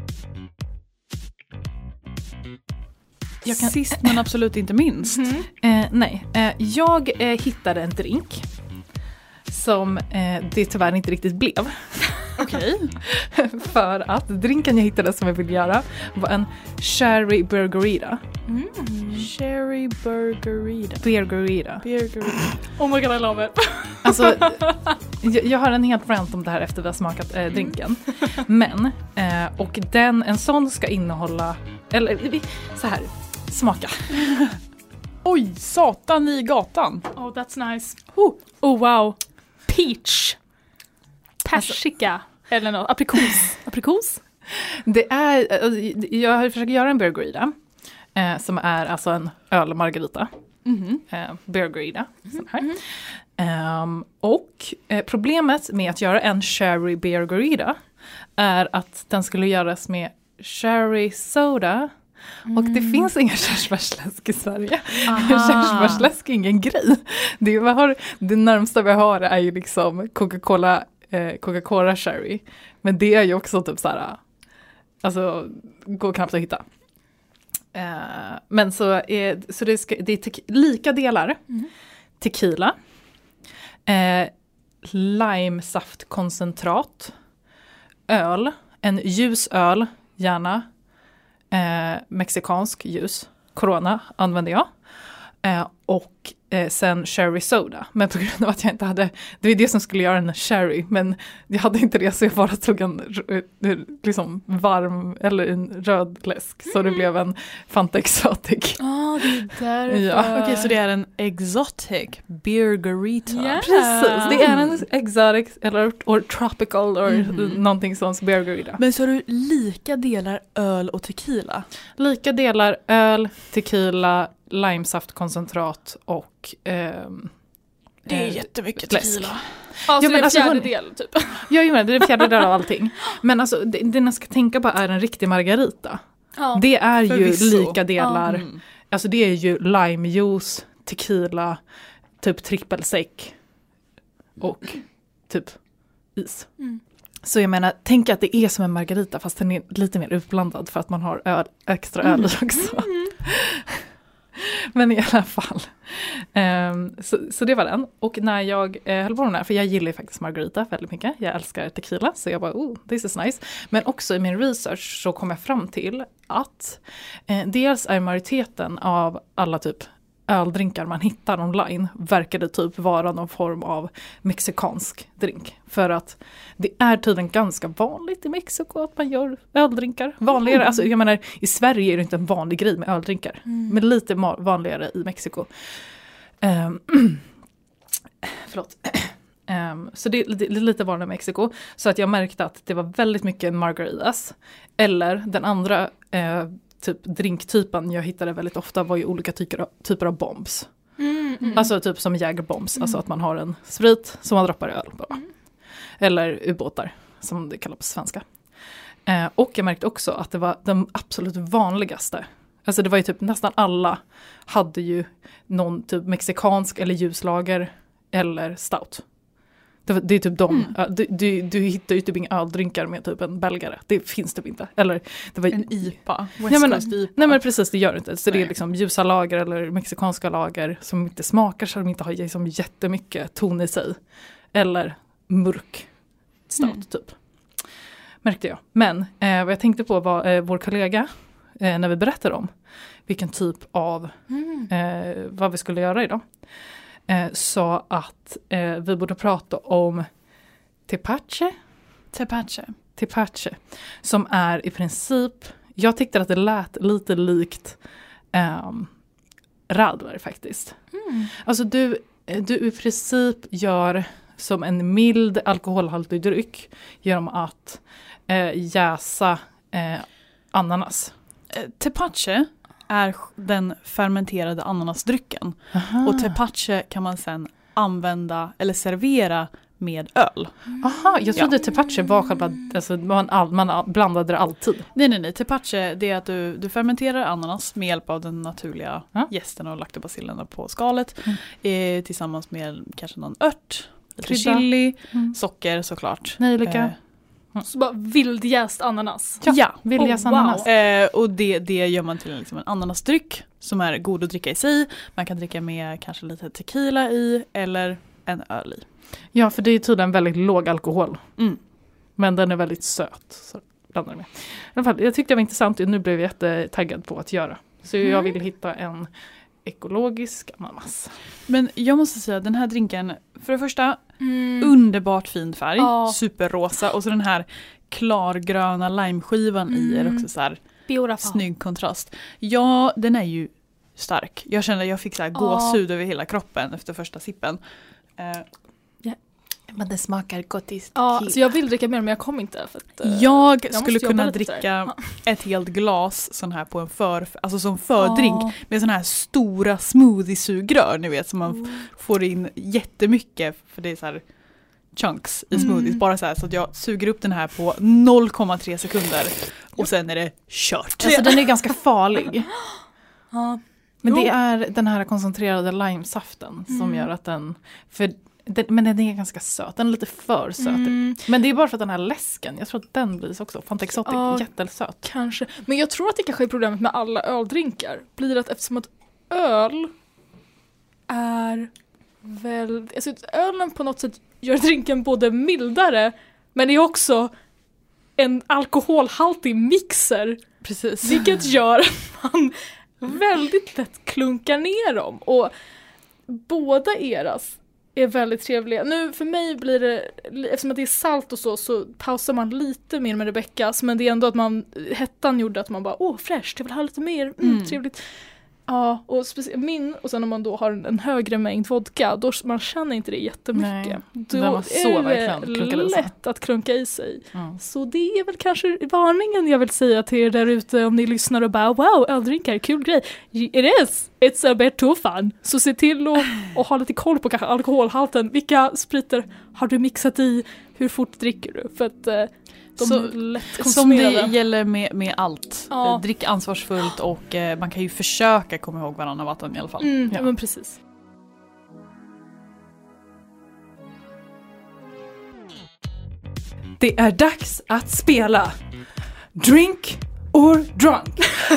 Sist men absolut inte minst. Jag hittade en drink som det tyvärr inte riktigt blev. Okej. För att drinken jag hittade som jag ville göra var en Sherry Burgerita. Sherry Burgerita. Burgerita. Oh my god, I love it. Alltså, jag har en helt rant om det här efter vi har smakat drinken. Men, och en sån ska innehålla, eller så här, smaka. Oj, satan i gatan. Oh, that's nice. Oh wow. Peach. Persika. Eller något. Aprikos. Det är, jag har försökt göra en burgerita. Som är alltså en ölmargarita. Burgerita. Sån här. Och problemet med att göra en sherry burgerita är att den skulle göras med sherry soda. Och det finns ingen körsbärsläsk i Sverige. Körsbärsläsk är ingen grej. Det närmsta vi har är ju liksom Coca-Cola sherry. Men det är ju också typ så här, alltså går knappt att hitta. Men så det är lika delar tequila, limesaftkoncentrat, öl, en ljus öl gärna, mexikansk ljus, Corona använde jag, och sen sherry soda. Men på grund av att jag inte hade, det var det som skulle göra en sherry, men jag hade inte det, så jag bara tog en liksom varm eller en röd läsk, så det blev en Fanta Exotic. Det är därför. Okej, så det är en exotic burgerita. Yeah. Precis, det är en exotic eller tropical eller någonting sånt burgerita. Men så har du lika delar öl och tequila? Lika delar öl, tequila, limesaftkoncentrat och det är jättemycket läsk. tequila. Alltså men det är alltså, fjärdedel typ. Ja, det är en fjärdedel av allting. Men alltså det man ska tänka på är en riktig margarita. Det är förvisso. Ju lika delar. Alltså det är ju limejuice, tequila, typ trippelsäck och typ is. Så jag menar, tänk att det är som en margarita fast den är lite mer utblandad för att man har extra öl också. Men i alla fall. Så det var den. Och när jag höll på med den här, för jag gillar ju faktiskt margarita väldigt mycket. Jag älskar tequila, så jag bara, this is nice. Men också i min research så kom jag fram till att dels är majoriteten av alla typ öldrinkar man hittar online verkade typ vara någon form av mexikansk drink. För att det är tydligen ganska vanligt i Mexiko att man gör öldrinkar. Vanligare, alltså jag menar, i Sverige är det inte en vanlig grej med öldrinkar. Men lite vanligare i Mexiko. Förlåt. Så det är lite vanligare i Mexiko. Så att jag märkte att det var väldigt mycket margaritas. Eller den andra typ drinktypen jag hittade väldigt ofta var ju olika typer av bombs. Alltså typ som jägerbombs. Alltså att man har en sprit som man droppar i öl bara. Eller ubåtar som det kallas på svenska. Och jag märkte också att det var den absolut vanligaste Alltså det var ju typ nästan alla hade ju någon typ mexikansk eller ljuslager eller stout. Det är typ du hittar ju typ inga öldrinkar med typ en belgare. Det finns typ inte. Eller det var en IPA. Nej men precis, det gör det inte. Så det är liksom ljusa lager eller mexikanska lager som inte smakar, så de inte har liksom jättemycket ton i sig. Eller mörk stout typ. Märkte jag. Men vad jag tänkte på var vår kollega när vi berättade om vilken typ av vad vi skulle göra idag. Sa att vi borde prata om tepache. Som är i princip, jag tyckte att det lät lite likt radler faktiskt. Alltså du i princip gör som en mild alkoholhaltig dryck genom att jäsa ananas. Tepache är den fermenterade ananasdrycken. Aha. Och tepache kan man sen använda eller servera med öl. Aha, jag trodde tepache var själva, alltså man blandade det alltid. Nej. Tepache, det är att du fermenterar ananas med hjälp av den naturliga jästen och lactobacillerna på skalet. Tillsammans med kanske någon ört, lite chili, socker såklart. Nejlika. Så bara vildjäst ananas. Ja, vildjäst ananas. Och det gör man till liksom en ananasdryck som är god att dricka i sig. Man kan dricka med kanske lite tequila i eller en öl i. Ja, för det är tydligen väldigt låg alkohol. Men den är väldigt söt. Så blandar med. I alla fall, jag tyckte det var intressant och nu blev jag jättetaggad på att göra. Så jag vill hitta en ekologisk ananas. Men jag måste säga den här drinken, för det första underbart fin färg, superrosa, och så den här klargröna limeskivan i är också så här snygg kontrast. Ja, den är ju stark. Jag kände att jag fick så här gåshud över hela kroppen efter första sippen. Men det smakar gott i så jag vill dricka mer men jag kommer inte. För att, jag skulle kunna dricka ett helt glas sån här på en alltså som fördrink med sån här stora smoothie-sugrör, ni vet, som man får in jättemycket, för det är så här chunks i smoothies, bara så här, så att jag suger upp den här på 0,3 sekunder och sen är det kört. Alltså den är ganska farlig. Men det är den här koncentrerade limesaften som gör att men den är ganska söt. Den är lite för söt. Men det är bara för att den här läsken, jag tror att den blir också Fanta Exotic, jättesöt. Kanske. Men jag tror att det kanske är problemet med alla öldrinkar. Blir att eftersom att öl är väldigt... Alltså ölen på något sätt gör drinken både mildare, men det är också en alkoholhaltig mixer. Precis. Vilket gör att man väldigt lätt klunkar ner dem. Och båda eras är väldigt trevliga. Nu för mig blir det, eftersom att det är salt och så pausar man lite mer med Rebeckas, men det är ändå att hettan gjorde att man bara, fräscht, jag vill ha lite mer, trevligt. Ja, och och sen om man då har en högre mängd vodka, då man känner inte det jättemycket. Då är det lätt att klunka i sig. Så det är väl kanske varningen jag vill säga till er där ute om ni lyssnar och bara, wow, öldrinkar, kul grej. It is! It's a bit too fun. Så se till att ha lite koll på kanske alkoholhalten. Vilka spriter har du mixat i? Hur fort dricker du? För att de är lätt konsumerade. Som det gäller med allt. Drick ansvarsfullt och man kan ju försöka komma ihåg varannan vatten i alla fall. Ja, men precis. Det är dags att spela Drink or Drunk.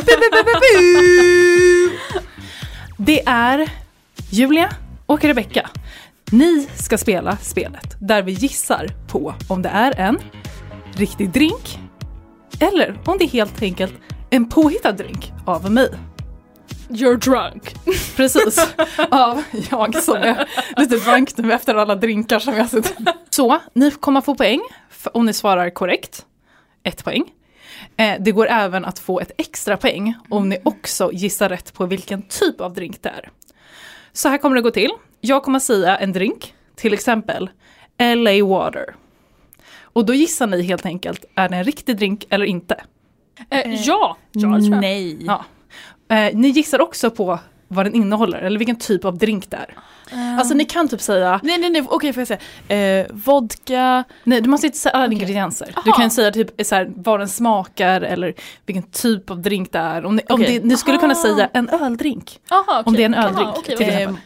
Det är Julia och Rebecca. Ni ska spela spelet där vi gissar på om det är en riktig drink eller om det är helt enkelt en påhittad drink av mig. You're drunk. Precis, av jag som är lite drunk nu efter alla drinkar som jag har sett. Så, ni kommer få poäng om ni svarar korrekt. 1 poäng. Det går även att få ett extra poäng om ni också gissar rätt på vilken typ av drink det är. Så här kommer det gå till. Jag kommer säga en drink, till exempel LA Water. Och då gissar ni helt enkelt, är det en riktig drink eller inte? Ja. Nej. Ja. Ni gissar också på vad den innehåller eller vilken typ av drink det är. Alltså ni kan typ säga... Nej, okej, får jag säga. Vodka... Nej, du måste inte säga alla ingredienser. Du kan säga typ så här, vad den smakar eller vilken typ av drink det är. Om ni skulle kunna säga en öldrink. Om det är en öldrink till exempel.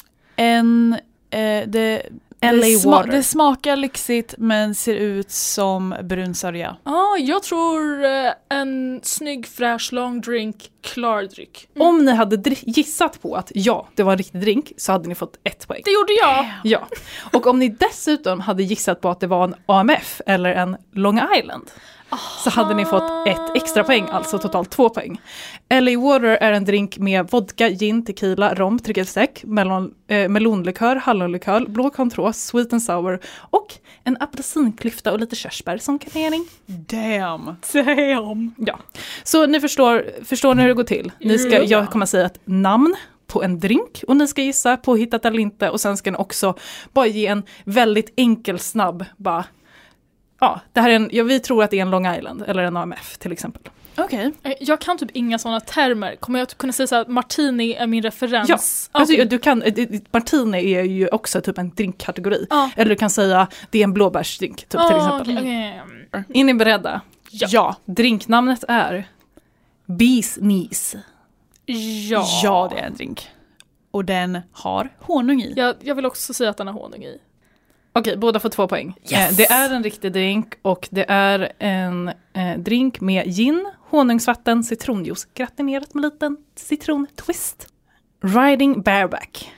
Det smakar lyxigt men ser ut som brun sörja. Jag tror en snygg, fräsch, lång drink, klar dryck. Om ni hade gissat på att det var en riktig drink så hade ni fått 1 poäng. Det gjorde jag! Ja. Och om ni dessutom hade gissat på att det var en AMF eller en Long Island så hade ni fått 1 extra poäng, alltså totalt 2 poäng. LA Water är en drink med vodka, gin, tequila, rom, tryckelsek, melonlikör, hallonlikör, blå kontros, sweet and sour och en apelsinklyfta och lite körsbär som garnering. Damn. Ja. Så ni förstår ni hur det går till. Jag kommer säga ett namn på en drink och ni ska gissa på hittat eller inte och sen ska ni också bara ge en väldigt enkel, snabb det här är vi tror att det är en Long Island eller en AMF till exempel. Okej. Jag kan typ inga sådana termer. Kommer jag kunna säga så här, martini är min referens? Ja, alltså, du kan, martini är ju också typ en drinkkategori. Eller du kan säga det är en blåbärsdrink typ, till exempel. Okay. Är ni beredda? Ja. Drinknamnet är Bees Knees. Ja, det är en drink. Och den har honung i. Jag vill också säga att den har honung i. Okej, båda får 2 poäng. Yes. Det är en riktig drink och det är en drink med gin, honungsvatten, citronjuice, gratinerat med liten citrontwist. Riding bareback.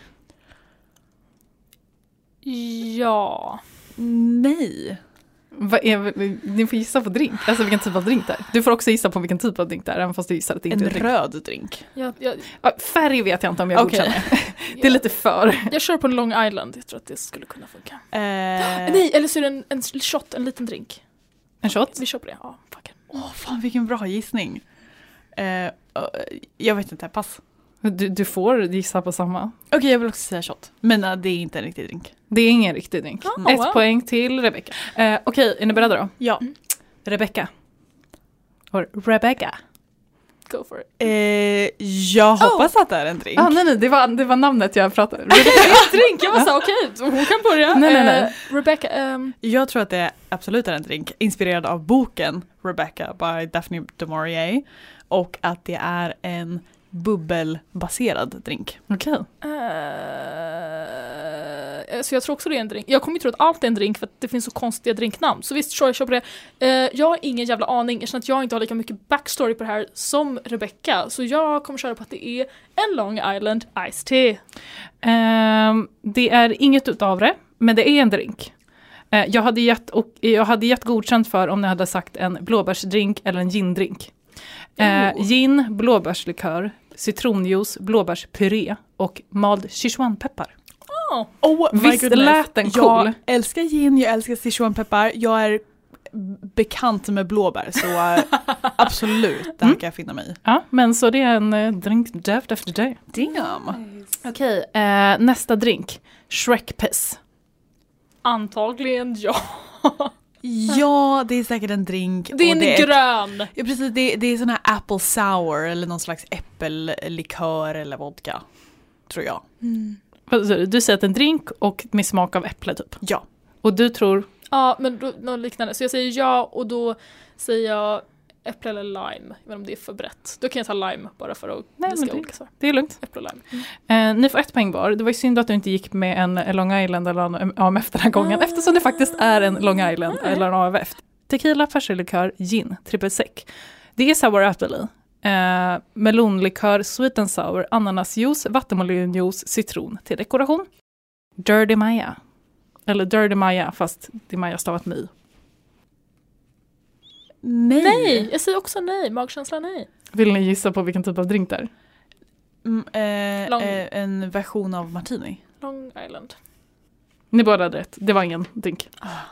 Ja. Nej. Ni får gissa på drink, alltså vilken typ av drink det är. Du får också gissa på vilken typ av drink det är, även fast du gissar att det inte är en röd drink. Färg vet jag inte om jag godkänner. Det är lite för. Jag kör på en Long Island, jag tror att det skulle kunna funka. Nej, eller så är det en shot, en liten drink. En shot? Vi kör på det, ja. Fan vilken bra gissning. Jag vet inte, pass. Du får gissa på samma. Okej, jag vill också säga shot. Men det är inte en riktig drink. Det är ingen riktig drink. 1 poäng till Rebecca. Okej, är ni beredda då? Ja. Rebecca. Rebecca. Go for it. Jag hoppas att det är en drink. Nej, det var namnet jag pratade om. Drink, jag var så okej, hon kan börja. Nej. Rebecca. Jag tror att det absolut är en drink inspirerad av boken Rebecca by Daphne du Maurier och att det är en bubbelbaserad drink. Okej. Så jag tror också det är en drink. Jag kommer ju tro att allt är en drink för att det finns så konstiga drinknamn. Så visst, jag kör på det. Jag har ingen jävla aning. Jag känner att jag inte har lika mycket backstory på det här som Rebecca. Så jag kommer köra på att det är en Long Island Iced Tea. Det är inget utav det, men det är en drink. Jag hade gett godkänt för om ni hade sagt en blåbärsdrink eller en gindrink. Gin, blåbärslikör, citronjuice, blåbärspuré och mald Sichuanpeppar. Visst lät den cool? Jag älskar gin, jag älskar Sichuanpeppar. Jag är bekant med blåbär så absolut, det här kan jag finna mig i. Ja, men så det är en drink day efter day. Damn. Nice. Okej, nästa drink. Shrek Piss. Antagligen ja. Ja, det är säkert en drink. Det är en grön. Ja, precis. Det är sån här apple sour eller någon slags äppellikör eller vodka, tror jag. Du säger att en drink och med smak av äpple typ. Ja. Och du tror? Ja, men då, något liknande. Så jag säger ja och då säger jag äpple eller lime. Men om det är för brett. Då kan jag ta lime bara för att vi ska olika svar. Det är lugnt. Äpple och lime. Ni får 1 poäng var. Det var ju synd att du inte gick med en Long Island eller en AMF den här gången. Eftersom det faktiskt är en Long Island eller en AMF. Tequila, persillikör, gin, trippelsek. Det är sour apple i. Melonlikör, sweet and sour, ananasjuice, vattenmelonjuice, citron till dekoration. Dirty Maya. Eller Dirty Maya, fast det är Maya stavat med i. Nej, jag säger också nej. Magkänsla nej. Vill ni gissa på vilken typ av drink det är? En version av martini. Long Island. Ni båda hade rätt. Det var ingen drink.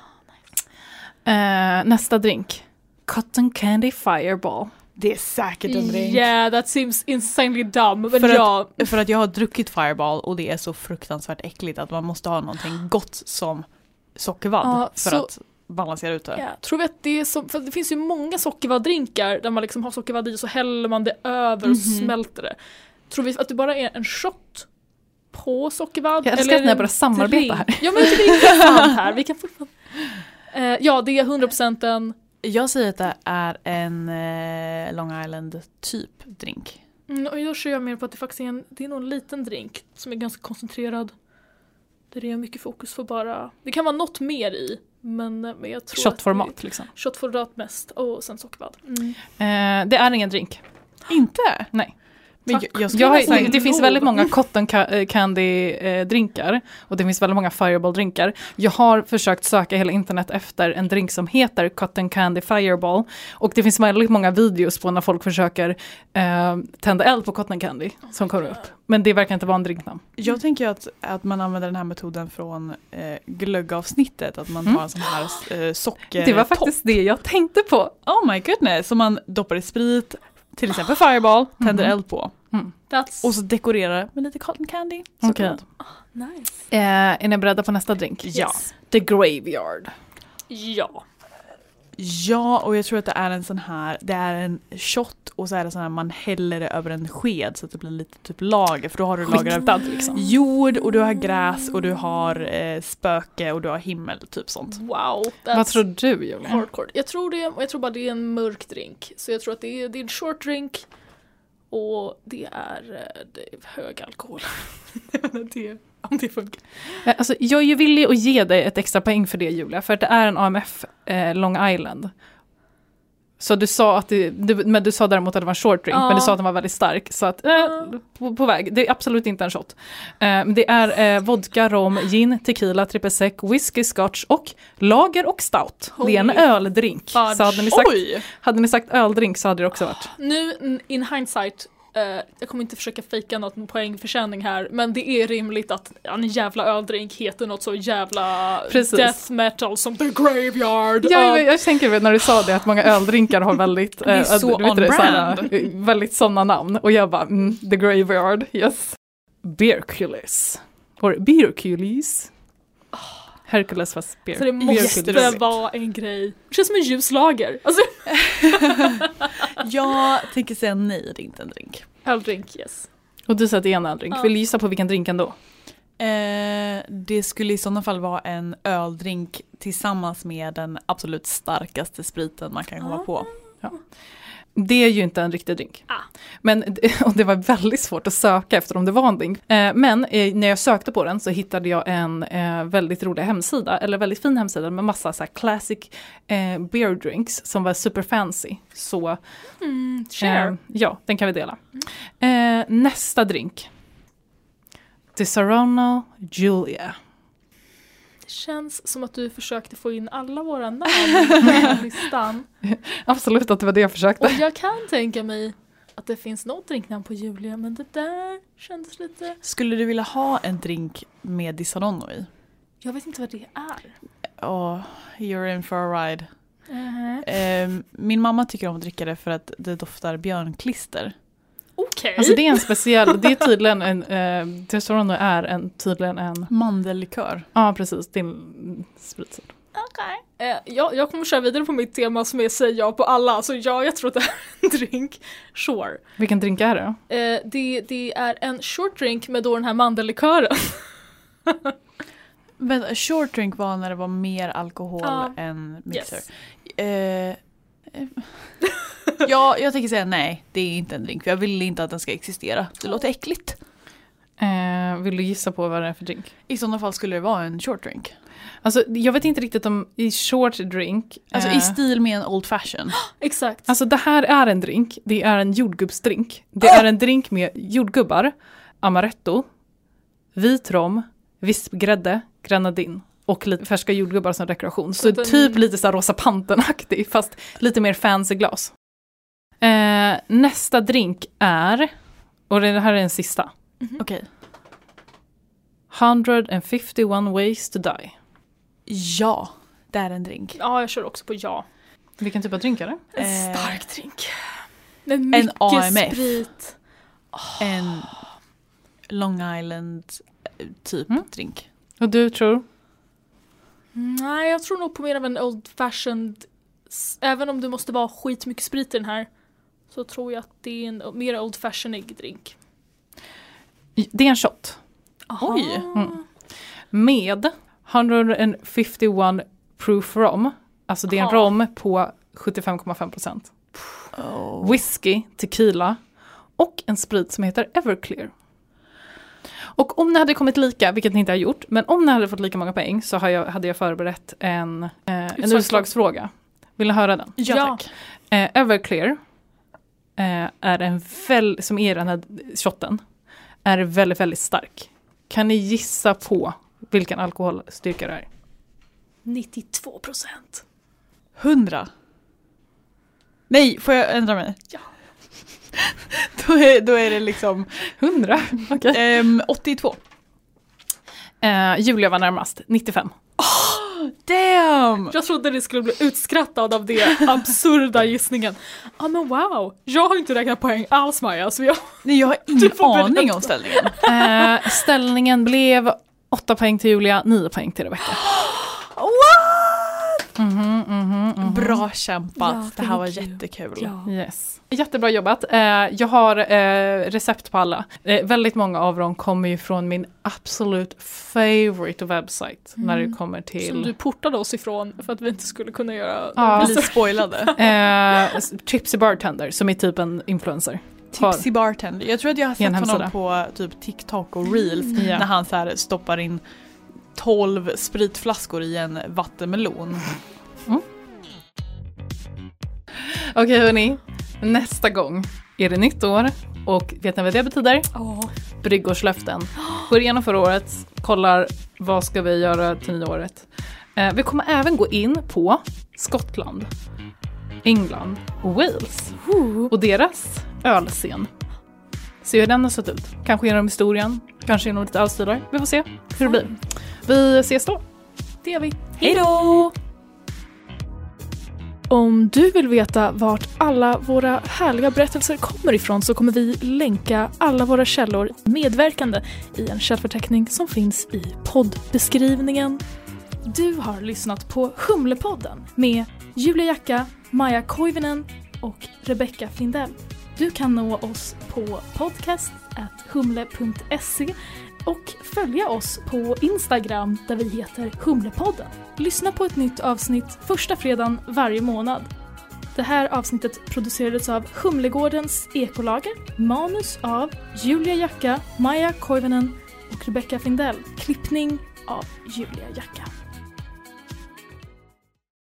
Nice. Nästa drink. Cotton Candy Fireball. Det är säkert en drink. Yeah, that seems insanely dumb. Men för att jag har druckit Fireball och det är så fruktansvärt äckligt att man måste ha någonting gott som sockervadd för att balansera ut det. Ja, tror vi att det är som, för det finns ju många sockervadddrinkar där man liksom har sockervadd i och så häller man det över och smälter det. Tror vi att det bara är en shot på sockervadd? Jag älskar att ni börjar samarbeta här. Ja, men det är intressant här. Vi kan fortfarande... ja, det är 100% en... Jag säger att det är en Long Island typ drink. Och jag kör mer på att det faktiskt är det är nog en liten drink som är ganska koncentrerad. Där det är mycket fokus för bara... Det kan vara något mer i, men jag tror Shotformat liksom. Shotformat mest och sen sockervadd. Det är ingen drink. Inte? Nej. Men Det finns väldigt många cotton candy drinkar och det finns väldigt många Fireball drinkar. Jag har försökt söka hela internet efter en drink som heter cotton candy Fireball och det finns väldigt många videos på när folk försöker tända eld på cotton candy som kommer upp. Men det verkar inte vara en drinknamn. Jag tänker att man använder den här metoden från glöggavsnittet, att man tar en sån här socker. Det var faktiskt det jag tänkte på. Oh my goodness, som man doppar i sprit, till exempel Fireball, tänder eld på. Och så dekorerar med lite cotton candy. Okay. Nice. Är ni beredda på nästa drink? Ja. Yes. The Graveyard. Ja, och jag tror att det är en sån här, det är en shot och så är det sån här man häller det över en sked så att det blir lite typ lager, för då har du lager liksom. jord och du har gräs och du har spöke och du har himmel, typ sånt. Wow. Vad tror du, Julia? Hardcore. Jag tror bara det är en mörk drink. Så jag tror att det är en short drink och det är hög alkohol. Om det funkar. Alltså, jag är ju villig att ge dig ett extra poäng för det, Julia, för att det är en AMF Long Island. Så du sa att men du sa däremot att det var en short drink, men du sa att den var väldigt stark. Så att, på väg. Det är absolut inte en shot. Det är vodka, rom, gin, tequila, triple sec, whisky, scotch och lager och stout. Det är en öldrink. Så hade ni sagt öldrink så hade det också varit. Nu, in hindsight, jag kommer inte försöka fejka något poängförtjäning här, men det är rimligt att en jävla öldrink heter något så jävla death metal som The Graveyard. Ja, jag tänker när du sa det att många öldrinkar har väldigt det är så on brand. Väldigt sådana namn, och jag bara The Graveyard, yes. Beercules. Or Beercules. Hercules fast beer. Så det måste vara en grej. Det känns som en ljuslager. Alltså. Jag tänker säga nej, det är inte en drink. Öldrink, yes. Och du sa att det är en öldrink. Vill du gissa på vilken drink ändå? Det skulle i sådana fall vara en öldrink tillsammans med den absolut starkaste spriten man kan komma på. Ja. Det är ju inte en riktig drink. Men och det var väldigt svårt att söka efter om det var en drink. Men när jag sökte på den så hittade jag en väldigt rolig hemsida, eller väldigt fin hemsida med massa så här classic beer drinks som var super fancy. Så ja, den kan vi dela. Nästa drink. Disaronno Julia. Det känns som att du försökte få in alla våra namn på den här listan. Absolut att det var det jag försökte. Och jag kan tänka mig att det finns något drinknamn på Julia, men det där kändes lite... Skulle du vilja ha en drink med Disaronno i? Jag vet inte vad det är. You're in for a ride. Min mamma tycker om att dricka det för att det doftar björnklister. Okej. Alltså det är en speciell, det är tydligen en, Disaronno är tydligen en... mandellikör. Ja, precis, det är en spritsort. Okej. Jag kommer köra vidare på mitt tema som är säga ja på alla. Så ja, jag tror att det är en drink. Sure. Vilken drink är det då? Det är en short drink med då den här mandellikören. Men short drink var när det var mer alkohol än mixer. Yes. Ja, jag tänker säga nej, det är inte en drink. För jag vill inte att den ska existera. Det låter äckligt. Vill du gissa på vad det är för drink? I sådana fall skulle det vara en short drink. Alltså, jag vet inte riktigt om i short drink... Alltså i stil med en old fashion. Exakt. Alltså det här är en drink. Det är en jordgubbsdrink. Det är en drink med jordgubbar, amaretto, vit rom, vispgrädde, grenadin och lite färska jordgubbar som dekoration. Så typ lite så här Rosa Pantern-aktig, fast lite mer fancy glas. Nästa drink är, och det här är den sista. Okej. 151 ways to die. Ja, det är en drink. Ja, jag kör också på ja. Vilken typ av drink är det? En stark drink. Med mycket AMF. Sprit. En Long Island typ drink. Och du tror? Nej, jag tror nog på mer av en old fashioned. Även om det måste vara skitmycket sprit i den här, så tror jag att det är en mer old fashioned drink. Det är en shot. Oj. Med 151 proof rom. Alltså det är en rom på 75,5%. Whisky, tequila och en sprit som heter Everclear. Och om ni hade kommit lika, vilket ni inte har gjort, men om ni hade fått lika många poäng så hade jag förberett en utslagsfråga. Vill ni höra den? Ja, tack. Everclear är som är den här shotten, är väldigt, väldigt stark. Kan ni gissa på vilken alkoholstyrka det är? 92%. 100. Nej, får jag ändra mig? Ja. Då är det liksom 100? Okay. 82. Julia var närmast, 95. Damn! Jag trodde det skulle bli utskrattad av det absurda gissningen. Ja men wow, jag har inte räknat poäng alls Maja. Så Nej, jag har ingen aning om ställningen. Ställningen blev 8 poäng till Julia, 9 poäng till Rebecca. Bra kämpat. Ja, det här var thank you. jättekul. Ja. Yes. Jättebra jobbat. Jag har recept på alla. Väldigt många av dem kommer ju från min absolut favorite webbsite när det kommer till... Som du portade oss ifrån för att vi inte skulle kunna göra... Bli spoilade. Tipsy Bartender som är typ en influencer. Tipsy Bartender. Jag tror att jag har sett hemsida. honom på typ TikTok och Reels när han så här stoppar in 12 spritflaskor i en vattenmelon. Okej hörni, nästa gång är det nytt år och vet ni vad det betyder? Bryggårslöften. Går igenom förra året, kollar vad ska vi göra till nyåret. Vi kommer även gå in på Skottland, England och Wales och deras ölscen. Se hur den har sett ut. Kanske genom historien, kanske genom lite ölstilar. Vi får se hur det blir. Vi ses då. Det gör vi. Hej då! Om du vill veta vart alla våra härliga berättelser kommer ifrån så kommer vi länka alla våra källor medverkande i en källförteckning som finns i poddbeskrivningen. Du har lyssnat på Humlepodden med Julia Jacka, Maja Koivinen och Rebecca Findell. Du kan nå oss på podcast@humle.se och följa oss på Instagram där vi heter Humlepodden. Lyssna på ett nytt avsnitt första fredagen varje månad. Det här avsnittet producerades av Humlegårdens ekolager, manus av Julia Jacka, Maja Koivinen och Rebecca Findell. Klippning av Julia Jacka.